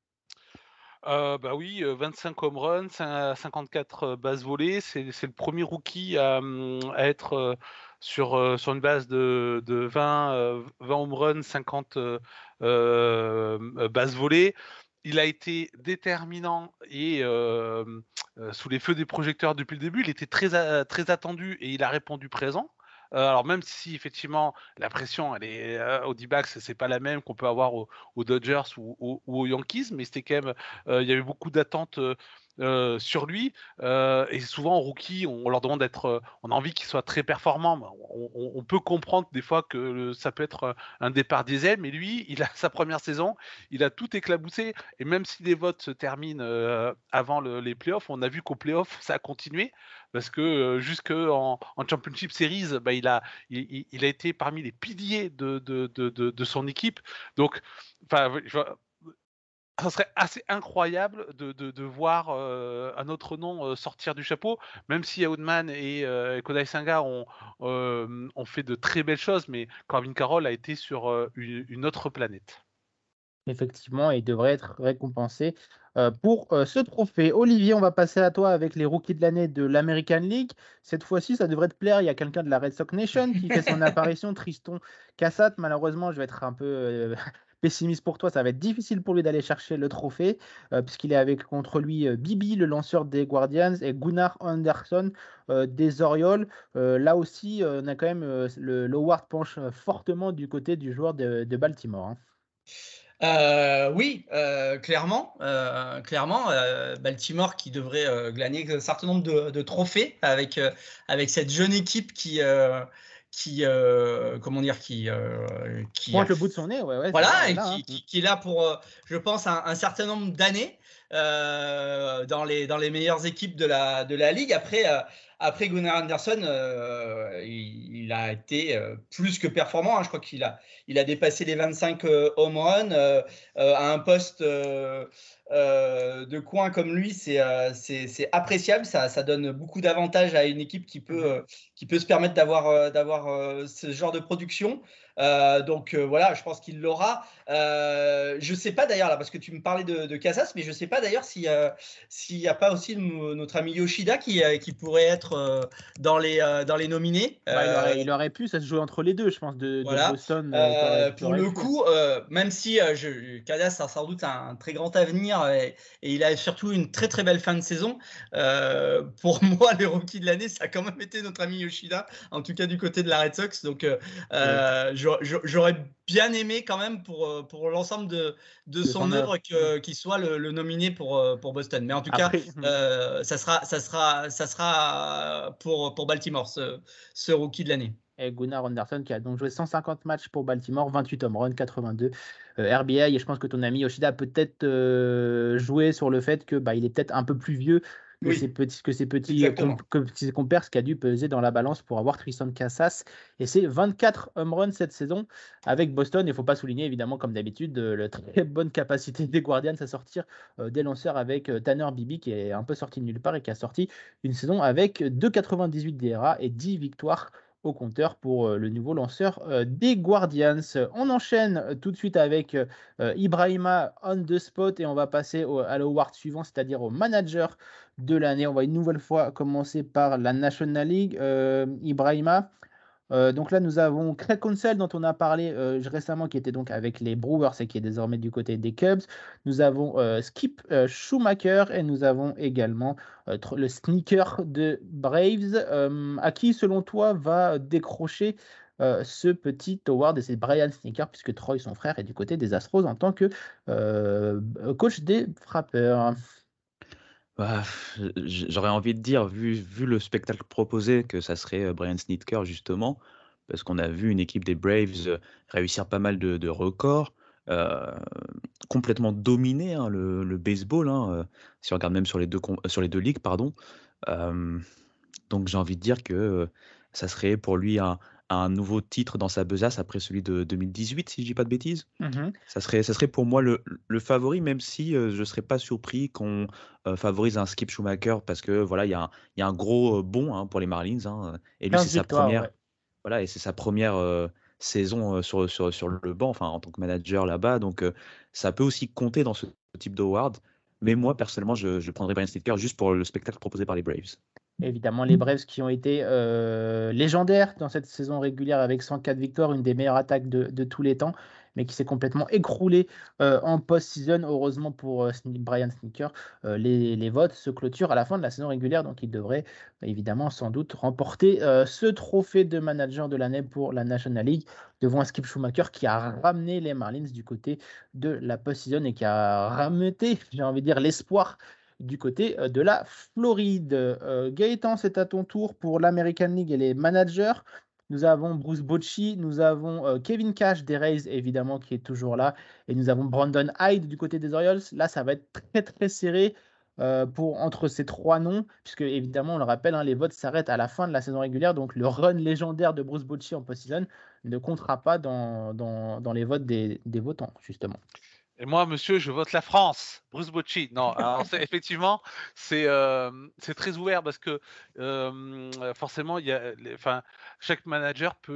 Euh, bah oui, euh, vingt-cinq home runs, cin- cinquante-quatre euh, bases volées. C'est, c'est le premier rookie à, hum, à être euh, sur, euh, sur une base de, de vingt, euh, vingt home runs, cinquante euh, euh, bases volées. Il a été déterminant et euh, euh, sous les feux des projecteurs depuis le début. Il était très, a- très attendu et il a répondu présent. Euh, alors même si effectivement la pression elle est euh, au D-backs, c'est pas la même qu'on peut avoir au- aux Dodgers ou, ou- ou aux Yankees, mais c'était quand même euh, il y avait beaucoup d'attentes euh, euh, sur lui. Euh, et souvent, en rookie, on, on leur demande d'être. euh, on a envie qu'ils soient très performants. Mais On, on- on peut comprendre des fois que le- ça peut être euh, un départ diesel, mais lui, il a sa première saison, il a tout éclaboussé. Et même si les votes se terminent euh, avant le- les playoffs, on a vu qu'aux playoffs, ça a continué. Parce que euh, jusque en, en Championship Series, bah, il, a, il, il- il a été parmi les piliers de, de, de, de, de son équipe. Donc, enfin, je vois- ça serait assez incroyable de, de, de voir euh, un autre nom euh, sortir du chapeau, même si Oudman et, euh, et Kodai Senga ont, euh, ont fait de très belles choses, mais Corbin Carroll a été sur euh, une, une autre planète. Effectivement, et il devrait être récompensé euh, pour euh, ce trophée. Olivier, on va passer à toi avec les rookies de l'année de l'American League. Cette fois-ci, ça devrait te plaire. Il y a quelqu'un de la Red Sox Nation qui fait son apparition, Triston Cassatt. Malheureusement, je vais être un peu euh, pessimiste pour toi. Ça va être difficile pour lui d'aller chercher le trophée, euh, puisqu'il est avec contre lui euh, Bibi, le lanceur des Guardians, et Gunnar Anderson euh, des Orioles. Euh, là aussi, euh, on a quand même euh, le l'award penche euh, fortement du côté du joueur de, de Baltimore, hein. Euh, oui, euh, clairement, euh, clairement, euh, Baltimore qui devrait euh, glaner un certain nombre de, de trophées avec euh, avec cette jeune équipe qui euh, qui euh, comment dire qui euh, qui a Pointe le bout de son nez, ouais, ouais, c'est voilà vrai, elle est et là, hein. qui, qui, qui est là pour, euh, je pense, un, un certain nombre d'années. euh, dans, les, dans les meilleures équipes de la, de la ligue. Après, euh, après Gunnar Anderson, euh, il, il a été euh, plus que performant. Hein. Je crois qu'il a, il a dépassé les vingt-cinq euh, home runs euh, euh, à un poste euh, euh, de coin comme lui. C'est, euh, c'est, c'est appréciable. Ça, ça donne beaucoup d'avantages à une équipe qui peut, euh, qui peut se permettre d'avoir, euh, d'avoir euh, ce genre de production. Euh, donc euh, voilà, je pense qu'il l'aura. Euh, je ne sais pas d'ailleurs, là, parce que tu me parlais de, de Casas, mais je ne sais pas d'ailleurs s'il euh, n'y a pas aussi le, notre ami Yoshida qui, euh, qui pourrait être euh, dans, les, euh, dans les nominés. Bah, il, aurait, Euh, il aurait pu, ça se jouer entre les deux, je pense, de, voilà. de Boston. Euh, t'aurais, pour t'aurais le pu. coup, euh, même si euh, je, Casas a sans doute un, un très grand avenir et, et il a surtout une très très belle fin de saison, euh, pour moi, le rookie de l'année, ça a quand même été notre ami Yoshida, en tout cas du côté de la Red Sox. Donc, euh, euh, j'aurais bien aimé quand même pour, pour l'ensemble de, de, de son, son œuvre que, qu'il soit le, le nominé pour, pour Boston. Mais en tout Après, cas, euh, ça, sera, ça, sera, ça sera pour, pour Baltimore, ce, ce rookie de l'année. Et Gunnar Anderson qui a donc joué cent cinquante matchs pour Baltimore, vingt-huit home runs, quatre-vingt-deux euh, R B I. Et je pense que ton ami Yoshida a peut-être euh, joué sur le fait que bah, il est peut-être un peu plus vieux que oui. ses petits, que ses petits, euh, comp- que ses compères, ce qui a dû peser dans la balance pour avoir Tristan Casas. Et c'est vingt-quatre home runs cette saison avec Boston. Il ne faut pas souligner, évidemment, comme d'habitude, euh, la très bonne capacité des Guardians à sortir euh, des lanceurs avec euh, Tanner Bibee qui est un peu sorti de nulle part et qui a sorti une saison avec deux virgule quatre-vingt-dix-huit D R A et dix victoires au compteur pour euh, le nouveau lanceur euh, des Guardians. On enchaîne euh, tout de suite avec euh, Ibrahima on the spot et on va passer au, à l'award suivant, c'est-à-dire au manager de l'année. On va une nouvelle fois commencer par la National League. Euh, Ibrahima, Euh, donc là, nous avons Craig Counsell, dont on a parlé euh, récemment, qui était donc avec les Brewers et qui est désormais du côté des Cubs. Nous avons euh, Skip euh, Schumaker et nous avons également euh, le sneaker de Braves. Euh, à qui, selon toi, va décrocher euh, ce petit award? Et c'est Brian Sneaker, puisque Troy, son frère, est du côté des Astros en tant que euh, coach des frappeurs. Bah, j'aurais envie de dire, vu, vu le spectacle proposé, que ça serait Brian Snitker, justement, parce qu'on a vu une équipe des Braves réussir pas mal de, de records, euh, complètement dominer hein, le, le baseball, hein, euh, si on regarde même sur les deux, sur les deux ligues, pardon. Euh, donc j'ai envie de dire que euh, ça serait pour lui un, un nouveau titre dans sa besace après celui de deux mille dix-huit, si je dis pas de bêtises. Mm-hmm. Ça serait, ça serait pour moi le, le favori, même si euh, je ne serais pas surpris qu'on euh, favorise un Skip Schumaker, parce que voilà, il y, y a un gros euh, bond hein, pour les Marlins. Hein, et lui, c'est sa première, ouais. voilà, et c'est sa première euh, saison euh, sur, sur, sur le banc, enfin en tant que manager là-bas. Donc euh, ça peut aussi compter dans ce type d'award. Mais moi, personnellement, je, je prendrais Brian Snitker juste pour le spectacle proposé par les Braves. Évidemment, les Braves qui ont été euh, légendaires dans cette saison régulière avec cent quatre victoires, une des meilleures attaques de, de tous les temps, mais qui s'est complètement écroulée euh, en post-season. Heureusement pour euh, Brian Snitker, euh, les, les votes se clôturent à la fin de la saison régulière, donc il devrait bah, évidemment sans doute remporter euh, ce trophée de manager de l'année pour la National League devant Skip Schumaker qui a ramené les Marlins du côté de la post-season et qui a rameuté, j'ai envie de dire, l'espoir du côté de la Floride. Euh, Gaëtan, c'est à ton tour pour l'American League et les managers. Nous avons Bruce Bochy, nous avons euh, Kevin Cash des Rays, évidemment, qui est toujours là, et nous avons Brandon Hyde du côté des Orioles. Là, ça va être très, très serré euh, pour, entre ces trois noms, puisque, évidemment, on le rappelle, hein, les votes s'arrêtent à la fin de la saison régulière, donc le run légendaire de Bruce Bochy en post-season ne comptera pas dans, dans, dans les votes des, des votants, justement. Et moi, monsieur, je vote la France. Bruce Bochy. Non, alors effectivement, c'est euh, c'est très ouvert parce que euh, forcément, il y a, enfin, chaque manager peut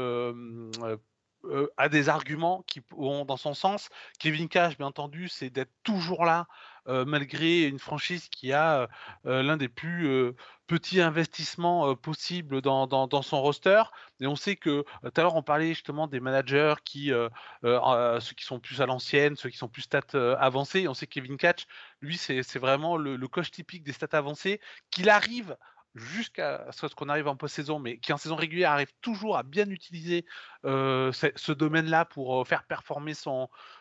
euh, euh, a des arguments qui vont dans son sens. Kevin Cash, bien entendu, c'est d'être toujours là euh, malgré une franchise qui a euh, l'un des plus euh, petits investissements euh, possibles dans, dans, dans son roster. Et on sait que tout à l'heure, on parlait justement des managers qui, euh, euh, ceux qui sont plus à l'ancienne, ceux qui sont plus stats euh, avancés. Et on sait que Kevin Cash, lui, c'est, c'est vraiment le, le coach typique des stats avancés, qu'il arrive jusqu'à ce qu'on arrive en post-saison, mais qui en saison régulière arrive toujours à bien utiliser euh, ce, ce domaine-là pour euh, faire performer son,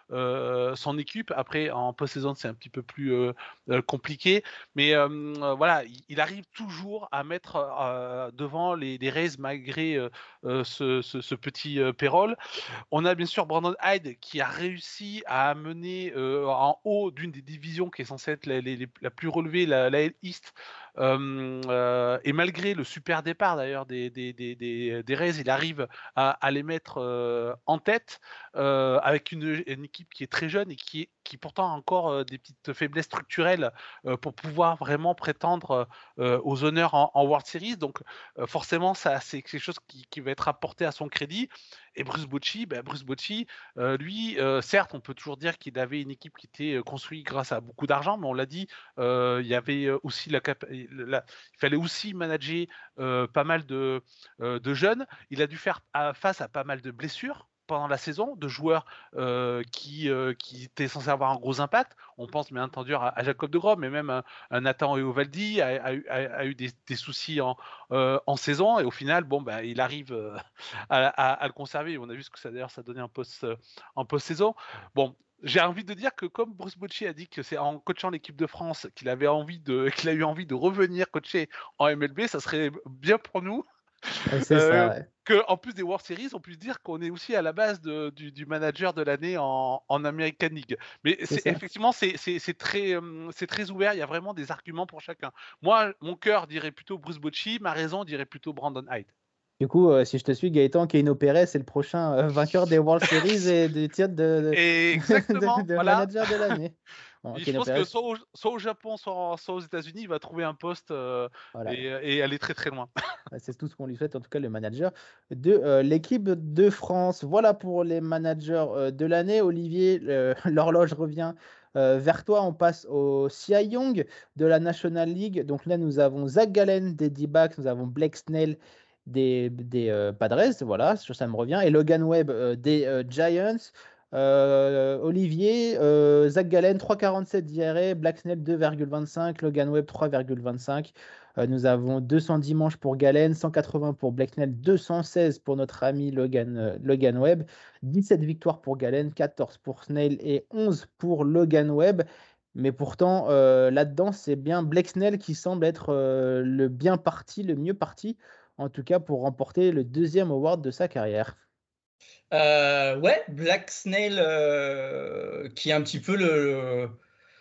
euh, son équipe. Après, en post-saison, c'est un petit peu plus euh, euh, compliqué. Mais euh, euh, voilà, il, il arrive toujours à mettre euh, devant les, les Rays malgré euh, euh, ce, ce, ce petit euh, payroll. On a bien sûr Brandon Hyde qui a réussi à amener euh, en haut d'une des divisions qui est censée être la, la, la plus relevée, la, la East. Euh, euh, et malgré le super départ d'ailleurs des, des, des, des, des Rays, il arrive à, à les mettre euh, en tête euh, avec une, une équipe qui est très jeune et qui, est, qui pourtant a encore euh, des petites faiblesses structurelles euh, pour pouvoir vraiment prétendre euh, aux honneurs en, en World Series. Donc euh, forcément, ça, c'est quelque chose qui, qui va être apporté à son crédit. Et Bruce Bochy, ben Bruce Bochy, euh, lui, euh, certes, on peut toujours dire qu'il avait une équipe qui était construite grâce à beaucoup d'argent, mais on l'a dit, euh, il y avait aussi la, cap- la, il fallait aussi manager euh, pas mal de, euh, de jeunes. Il a dû faire à, face à pas mal de blessures pendant la saison, de joueurs euh, qui, euh, qui étaient censés avoir un gros impact. On pense bien entendu à, à Jacob de Grom, mais même à, à Nathan Eovaldi a, a, a, a eu des, des soucis en, euh, en saison, et au final, bon, bah, il arrive euh, à, à, à le conserver. On a vu ce que ça d'ailleurs ça donnait en post euh, en post-saison. Bon, j'ai envie de dire que comme Bruce Bochy a dit que c'est en coachant l'équipe de France qu'il avait envie de, qu'il a eu envie de revenir coacher en M L B, ça serait bien pour nous. C'est euh, ça, ouais. Que en plus des World Series, on puisse dire qu'on est aussi à la base de, du, du manager de l'année en, en American League. Mais c'est, c'est effectivement, c'est, c'est, c'est, très, euh, c'est très ouvert. Il y a vraiment des arguments pour chacun. Moi, mon cœur dirait plutôt Bruce Bochy, ma raison dirait plutôt Brandon Hyde. Du coup, euh, si je te suis, Gaëtan, Keino Pérez, c'est le prochain euh, vainqueur des World Series et du titre de, de, Exactement, de, de voilà. manager de l'année. Bon, je pense Pérez... que soit au, soit au Japon, soit, soit aux États-Unis, il va trouver un poste euh, voilà. et, et aller très très loin. C'est tout ce qu'on lui souhaite, en tout cas, le manager de euh, l'équipe de France. Voilà pour les managers euh, de l'année. Olivier, euh, l'horloge revient euh, vers toi. On passe au Cy Young de la National League. Donc là, nous avons Zach Gallen des D-backs, nous avons Blake Snell des, des euh, Padres, voilà, ça me revient, et Logan Webb euh, des euh, Giants. Euh, Olivier, euh, Zach Gallen trois virgule quarante-sept d'I R A, Blake Snell deux virgule vingt-cinq, Logan Webb trois virgule vingt-cinq. Euh, nous avons deux cents dimanches pour Gallen, cent quatre-vingts pour Blake Snell, deux cent seize pour notre ami Logan, euh, Logan Webb, dix-sept victoires pour Gallen, quatorze pour Snell et onze pour Logan Webb. Mais pourtant, euh, là-dedans, c'est bien Blake Snell qui semble être euh, le bien parti, le mieux parti, en tout cas pour remporter le deuxième award de sa carrière. Euh, ouais, Blake Snell, euh, qui est un petit peu le,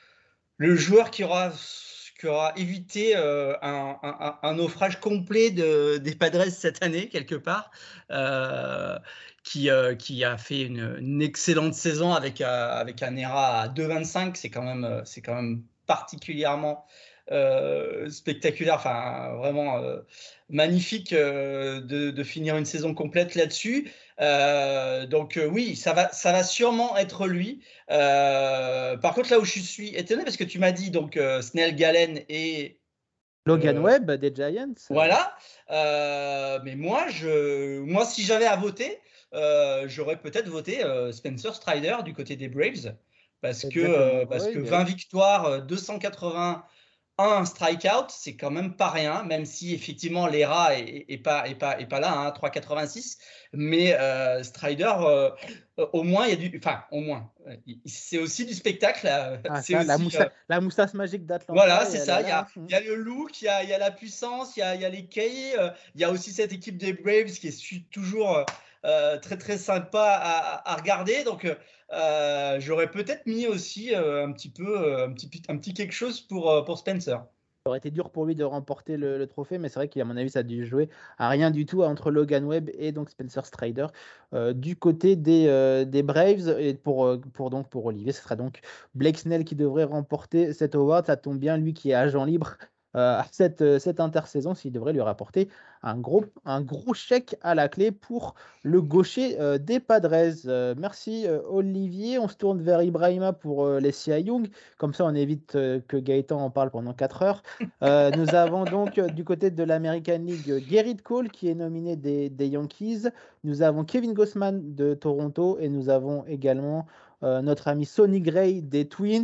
le joueur qui aura, qui aura évité euh, un, un, un naufrage complet de, des Padres cette année, quelque part, euh, qui, euh, qui a fait une, une excellente saison avec, euh, avec un E R A à deux virgule vingt-cinq. C'est quand même, c'est quand même particulièrement euh, spectaculaire, enfin vraiment euh, magnifique euh, de, de finir une saison complète là-dessus. Euh, donc euh, oui, ça va, ça va sûrement être lui. Euh, par contre, là où je suis étonné, parce que tu m'as dit donc euh, Snell, Gallen et Logan euh, Webb des Giants. Voilà. Euh, mais moi, je, moi, si j'avais à voter, euh, j'aurais peut-être voté euh, Spencer Strider du côté des Braves, parce que euh, parce oui, que vingt oui. victoires, deux cent quatre-vingts. Un strikeout, c'est quand même pas rien, même si effectivement l'E R A est, est, pas, est, pas, est pas là, hein, trois virgule quatre-vingt-six. Mais euh, Strider, euh, au moins, il y a du. Enfin, au moins, c'est aussi du spectacle. Ah, c'est ça, aussi, la, moussa, euh... la moustache magique d'Atlanta. Voilà, c'est ça. Il y, a, il y a le look, il y a, il y a la puissance, il y a, il y a les cahiers. Euh, il y a aussi cette équipe des Braves qui est toujours euh, très, très sympa à, à regarder. Donc, euh, j'aurais peut-être mis aussi euh, un petit peu, un petit, un petit quelque chose pour, pour Spencer. Ça aurait été dur pour lui de remporter le, le trophée, mais c'est vrai qu'à mon avis, ça a dû jouer à rien du tout entre Logan Webb et donc Spencer Strider. Euh, du côté des, euh, des Braves, et pour, pour, donc, pour Olivier, ce sera donc Blake Snell qui devrait remporter cet award. Ça tombe bien, lui qui est agent libre euh, cette, cette intersaison, s'il devrait lui rapporter un gros, un gros chèque à la clé pour le gaucher euh, des Padres. Euh, merci euh, Olivier. On se tourne vers Ibrahima pour euh, les Cy Young. Comme ça, on évite euh, que Gaëtan en parle pendant quatre heures. Euh, nous avons donc euh, du côté de l'American League euh, Gerrit Cole qui est nominé des, des Yankees. Nous avons Kevin Gausman de Toronto et nous avons également euh, notre ami Sonny Gray des Twins.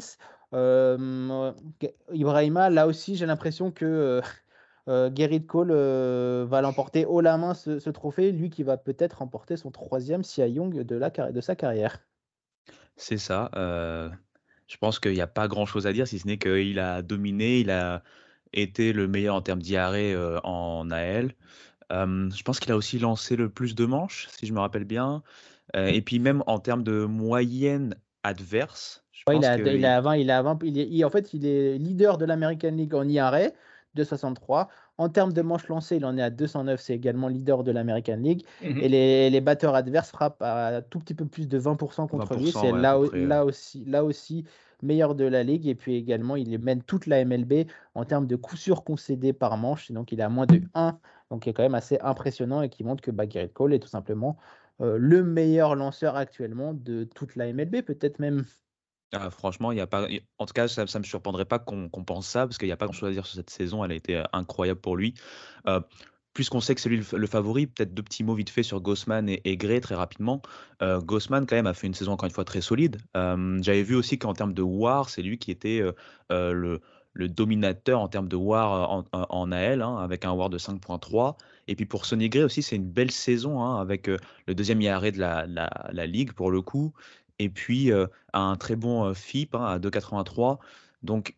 Euh, Ibrahima, là aussi, j'ai l'impression que euh, euh, Gerrit Cole euh, va l'emporter haut la main ce, ce trophée, lui qui va peut-être remporter son troisième Cy Young de, la, de sa carrière. C'est ça. euh, je pense qu'il n'y a pas grand-chose à dire, si ce n'est qu'il a dominé, il a été le meilleur en termes d'I A R euh, en A L. Euh, je pense qu'il a aussi lancé le plus de manches, si je me rappelle bien. Euh, et puis même en termes de moyenne adverse, je Ouais, il pense a, que il il- a vingt, il a vingt, il est, il- en fait, il est leader de l'American League en I A R, de soixante-trois. En termes de manches lancées, il en est à deux cent neuf, c'est également leader de l'American League. Et Mhm. les, les batteurs adverses frappent à tout petit peu plus de vingt pour cent contre lui. C'est vingt pour cent, ouais, à peu là, au- près. euh. là, aussi, là aussi meilleur de la ligue. Et puis également, il mène toute la M L B en termes de coups sûrs concédés par manche. Donc, il est à moins de un. Donc, il est quand même assez impressionnant et qui montre que bah, Gerrit Cole est tout simplement euh, le meilleur lanceur actuellement de toute la M L B, peut-être même. Ah, franchement, il y a pas. y- En tout cas, ça, ça me surprendrait pas qu'on qu'on pense ça, parce qu'il n'y a pas grand-chose à dire sur cette saison. Elle a été euh, incroyable pour lui. Euh, Puisqu'on sait que c'est lui le, f- le favori, peut-être deux petits mots vite fait sur Gossman et, et Gray très rapidement. Euh, Gossman, quand même, a fait une saison encore une fois très solide. Euh, j'avais vu aussi qu'en termes de WAR, c'est lui qui était euh, euh, le, le dominateur en termes de WAR en, en, en A L, hein, avec un WAR de cinq virgule trois. Et puis pour Sonny Gray aussi, c'est une belle saison, hein, avec euh, le deuxième I A R de la, la, la ligue pour le coup. Et puis euh, un très bon euh, F I P, hein, à deux virgule quatre-vingt-trois. Donc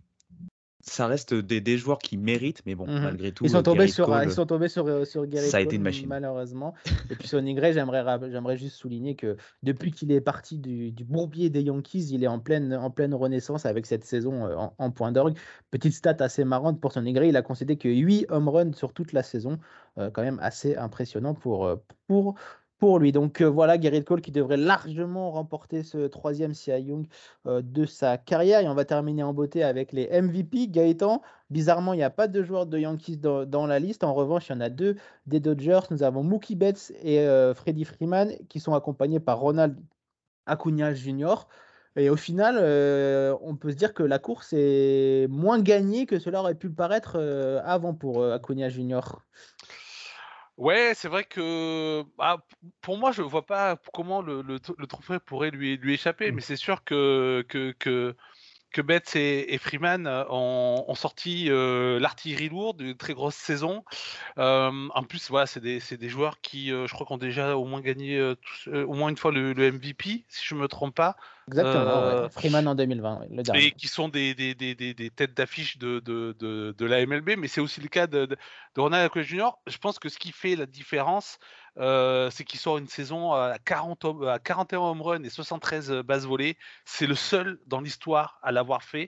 ça reste des, des joueurs qui méritent, mais bon, Mhm. malgré Ils tout, sont euh, tombés Gerrit sur, euh, ils Cole, sont tombés sur, euh, sur Gerrit ça a été Cole, une machine. malheureusement. Et puis Sonny Gray, j'aimerais, rap- j'aimerais juste souligner que depuis qu'il est parti du, du bourbier des Yankees, il est en pleine, en pleine renaissance avec cette saison euh, en, en point d'orgue. Petite stat assez marrante pour Sonny Gray, il a concédé que huit home runs sur toute la saison. Euh, quand même assez impressionnant pour, euh, pour, pour lui. Donc euh, voilà, Gerrit Cole qui devrait largement remporter ce troisième Cy Young euh, de sa carrière. Et on va terminer en beauté avec les M V P. Gaëtan. Bizarrement, il n'y a pas de joueurs de Yankees dans, dans la liste. En revanche, il y en a deux des Dodgers. Nous avons Mookie Betts et euh, Freddie Freeman qui sont accompagnés par Ronald Acuna Junior Et au final, euh, on peut se dire que la course est moins gagnée que cela aurait pu le paraître euh, avant pour euh, Acuna Junior Ouais, c'est vrai que bah, p- pour moi, je vois pas comment le, le, le trophée pourrait lui, lui échapper, mais c'est sûr que, que, que que Betts et, et Freeman euh, ont, ont sorti euh, l'artillerie lourde, une très grosse saison. Euh, en plus, voilà, c'est des, c'est des joueurs qui, euh, je crois, ont déjà au moins gagné euh, tous- euh, au moins une fois le, le M V P, si je me trompe pas. Exactement, ouais. Euh, Freeman en deux mille vingt, ouais, le et dernier. qui sont des, des, des, des, des têtes d'affiche de, de, de, de la M L B, mais c'est aussi le cas de, de, de Ronald Acuna Junior Je pense que ce qui fait la différence, euh, c'est qu'il sort une saison à, quarante, hom- à quarante et un home runs et soixante-treize bases volées. C'est le seul dans l'histoire à l'avoir fait.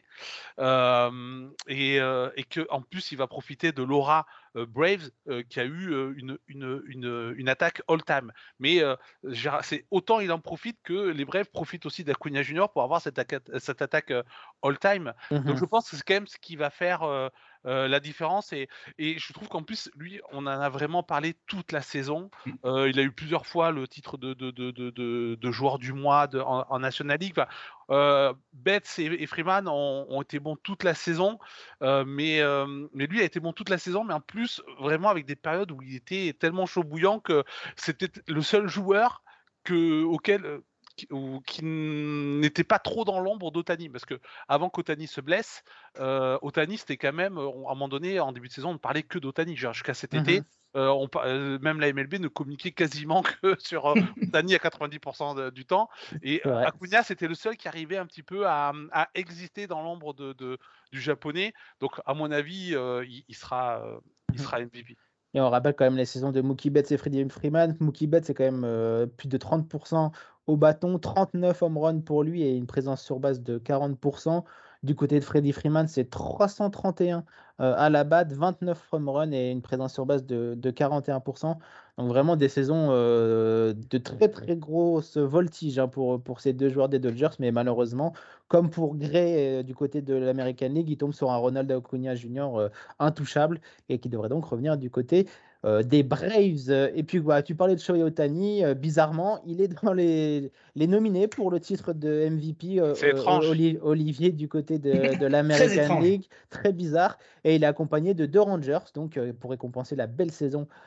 Euh, et, euh, et que en plus il va profiter de l'aura euh, Braves euh, qui a eu euh, une, une, une, une attaque all-time. Mais euh, c'est autant il en profite que les Braves profitent aussi d'Acuna Junior pour avoir cette, attaque, cette attaque euh, all-time. Donc Mhm. je pense que c'est quand même ce qui va faire euh, euh, la différence. Et, et je trouve qu'en plus, lui, on en a vraiment parlé toute la saison. Euh, il a eu plusieurs fois le titre de, de, de, de, de, de joueur du mois de, en, en National League. Enfin, euh, Betts et, et Freeman ont, ont été bons toute la saison, euh, mais, euh, mais lui a été bon toute la saison, mais en plus vraiment avec des périodes où il était tellement chaud bouillant que c'était le seul joueur que, auquel euh, qui, ou, qui n'était pas trop dans l'ombre d'Otani, parce que avant qu'Otani se blesse, euh, Otani c'était quand même, on- à un moment donné en début de saison on ne parlait que d'Otani, jusqu'à cet été. Mhm. Euh, on, par- euh, même la M L B ne communiquait quasiment que sur euh, Otani à quatre-vingt-dix pour cent de- du temps. Et C'est euh, vrai. Acuna, c'était le seul qui arrivait un petit peu à, à exister dans l'ombre de, de- du japonais. Donc, à mon avis, euh, il, il sera, euh, il Mhm. sera M V P. Et on rappelle quand même les saisons de Mookie Betts et Freddie Freeman. Mookie Betts, c'est quand même euh, plus de trente pour cent au bâton, trente-neuf home runs pour lui et une présence sur base de quarante pour cent. Du côté de Freddie Freeman, c'est trois cent trente et un euh, à la batte, vingt-neuf home runs et une présence sur base de, de quarante et un pour cent. Donc vraiment des saisons euh, de très très grosses voltiges hein, pour, pour ces deux joueurs des Dodgers. Mais malheureusement, comme pour Gray euh, du côté de l'American League, il tombe sur un Ronald Acuna Junior euh, intouchable et qui devrait donc revenir du côté euh, des Braves. Et puis, voilà, tu parlais de Shohei Ohtani. Euh, bizarrement, il est dans les, les nominés pour le titre de M V P, euh, C'est euh, étrange. Oli- Olivier, du côté de, de Très l'American étrange. League. Très bizarre. Et il est accompagné de deux Rangers, donc euh, pour récompenser la belle saison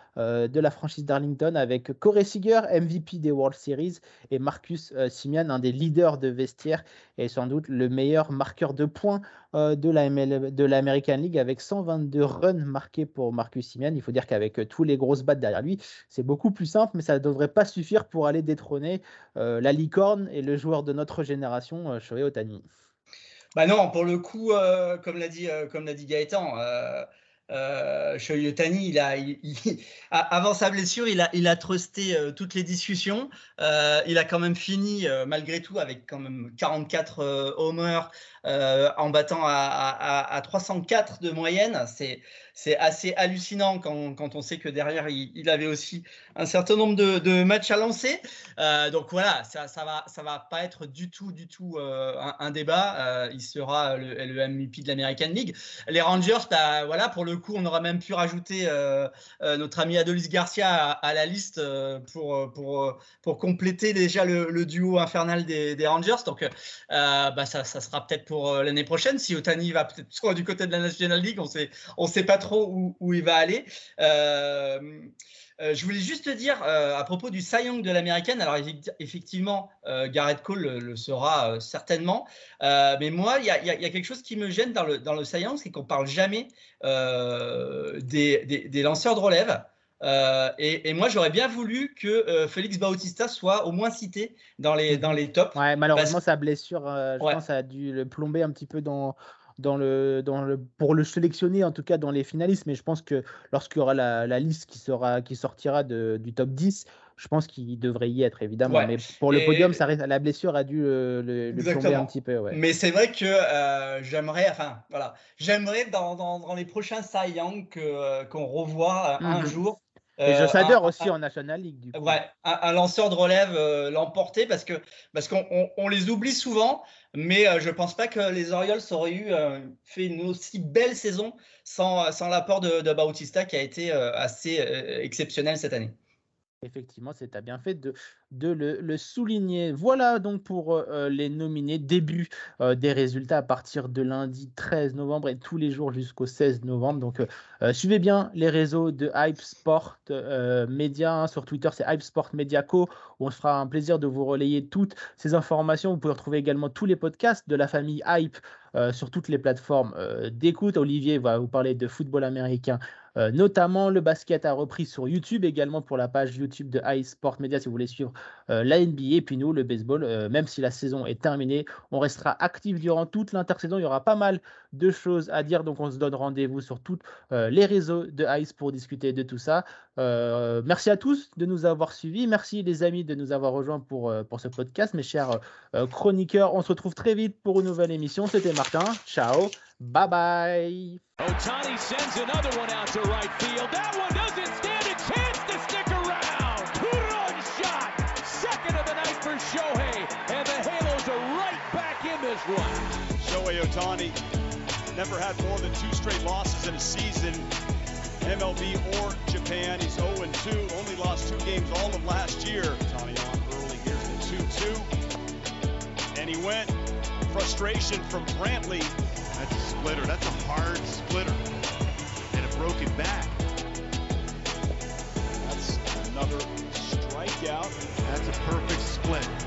euh, de la franchise d'Arlington avec Corey Seager, M V P des World Series, et Marcus euh, Semien, un des leaders de vestiaire et sans doute le meilleur marqueur de points euh, de la M L, de l'American League avec cent vingt-deux runs marqués pour Marcus Semien. Il faut dire qu'avec euh, tous les grosses battes derrière lui, c'est beaucoup plus simple, mais ça ne devrait pas suffire pour aller détrôner euh, la licorne et le joueur de notre génération, euh, Shohei Ohtani. Bah non, pour le coup, euh, comme l'a dit, euh, comme l'a dit Gaëtan, euh, euh, Shohei Ohtani, il a, il, il, avant sa blessure, il a, il a trusté euh, toutes les discussions. Euh, il a quand même fini, euh, malgré tout, avec quand même quarante-quatre euh, homers euh, en battant à, à, à trois cent quatre de moyenne. C'est, c'est assez hallucinant quand, quand on sait que derrière, il, il avait aussi un certain nombre de, de matchs à lancer. Euh, donc voilà, ça, ça va, ça va pas être du tout, du tout euh, un, un débat. Euh, il sera le, le M V P de l'American League. Les Rangers, bah, voilà, pour le coup, on aurait même pu rajouter euh, euh, notre ami Adolis Garcia à, à la liste euh, pour, pour, pour compléter déjà le, le duo infernal des, des Rangers. Donc, euh, bah, ça, ça sera peut-être pour euh, l'année prochaine. Si Ohtani va peut-être soit du côté de la National League, on sait, on sait pas trop où, où il va aller. Euh, Euh, je voulais juste te dire euh, à propos du Cy Young de l'américaine, alors effectivement, euh, Garrett Cole le, le sera euh, certainement, euh, mais moi, il y, y, y a quelque chose qui me gêne dans le, dans le Cy Young, c'est qu'on ne parle jamais euh, des, des, des lanceurs de relève. Euh, et, et moi, j'aurais bien voulu que euh, Félix Bautista soit au moins cité dans les, dans les tops. Ouais, malheureusement, parce... sa blessure, euh, je ouais. pense, a dû le plomber un petit peu dans... Dans le, dans le, pour le sélectionner en tout cas dans les finalistes, mais je pense que lorsqu'il y aura la, la liste qui, sera, qui sortira de, du top dix, je pense qu'il devrait y être évidemment, ouais. Mais pour le et... podium, ça, la blessure a dû le, le, le plomber un petit peu. Ouais. Mais c'est vrai que euh, j'aimerais, enfin voilà, j'aimerais dans, dans, dans les prochains Cy Young que, qu'on revoie mm-hmm. un jour. Et Josh Hader euh, aussi un, en National League, du coup. Ouais, un, un lanceur de relève euh, l'emporter parce que parce qu'on on, on les oublie souvent, mais euh, je pense pas que les Orioles auraient eu euh, fait une aussi belle saison sans sans l'apport de, de Bautista qui a été euh, assez euh, exceptionnel cette année. Effectivement, c'est à bien fait de, de le, le souligner. Voilà donc pour euh, les nominés. Début euh, des résultats à partir de lundi treize novembre et tous les jours jusqu'au seize novembre. Donc, euh, suivez bien les réseaux de Hype Sport euh, Media. Hein. Sur Twitter, c'est Hype Sport Media Co. Où on se fera un plaisir de vous relayer toutes ces informations. Vous pouvez retrouver également tous les podcasts de la famille Hype euh, sur toutes les plateformes euh, d'écoute. Olivier va vous parler de football américain. Euh, notamment le basket a repris sur YouTube également pour la page YouTube de iSport Media si vous voulez suivre euh, la N B A. Et puis nous le baseball, euh, même si la saison est terminée, on restera actif durant toute l'intersaison. Il y aura pas mal de choses à dire, donc on se donne rendez-vous sur tous euh, les réseaux de Ice pour discuter de tout ça. Euh, merci à tous de nous avoir suivis, merci les amis de nous avoir rejoints pour, euh, pour ce podcast, mes chers euh, chroniqueurs. On se retrouve très vite pour une nouvelle émission. C'était Martin, ciao, bye bye. Ohtani sends another one out to right field. That one doesn't stand a chance to stick around. Two-run shot. Second of the night for Shohei. And the Halos are right back in this one. Shohei Ohtani never had more than two straight losses in a season. M L B or Japan. He's oh and two. Only lost two games all of last year. Ohtani on early. Here's the two two. And he went. Frustration from Brantley. That's a splitter. That's a hard splitter. And a broken back. That's another strikeout. That's a perfect split.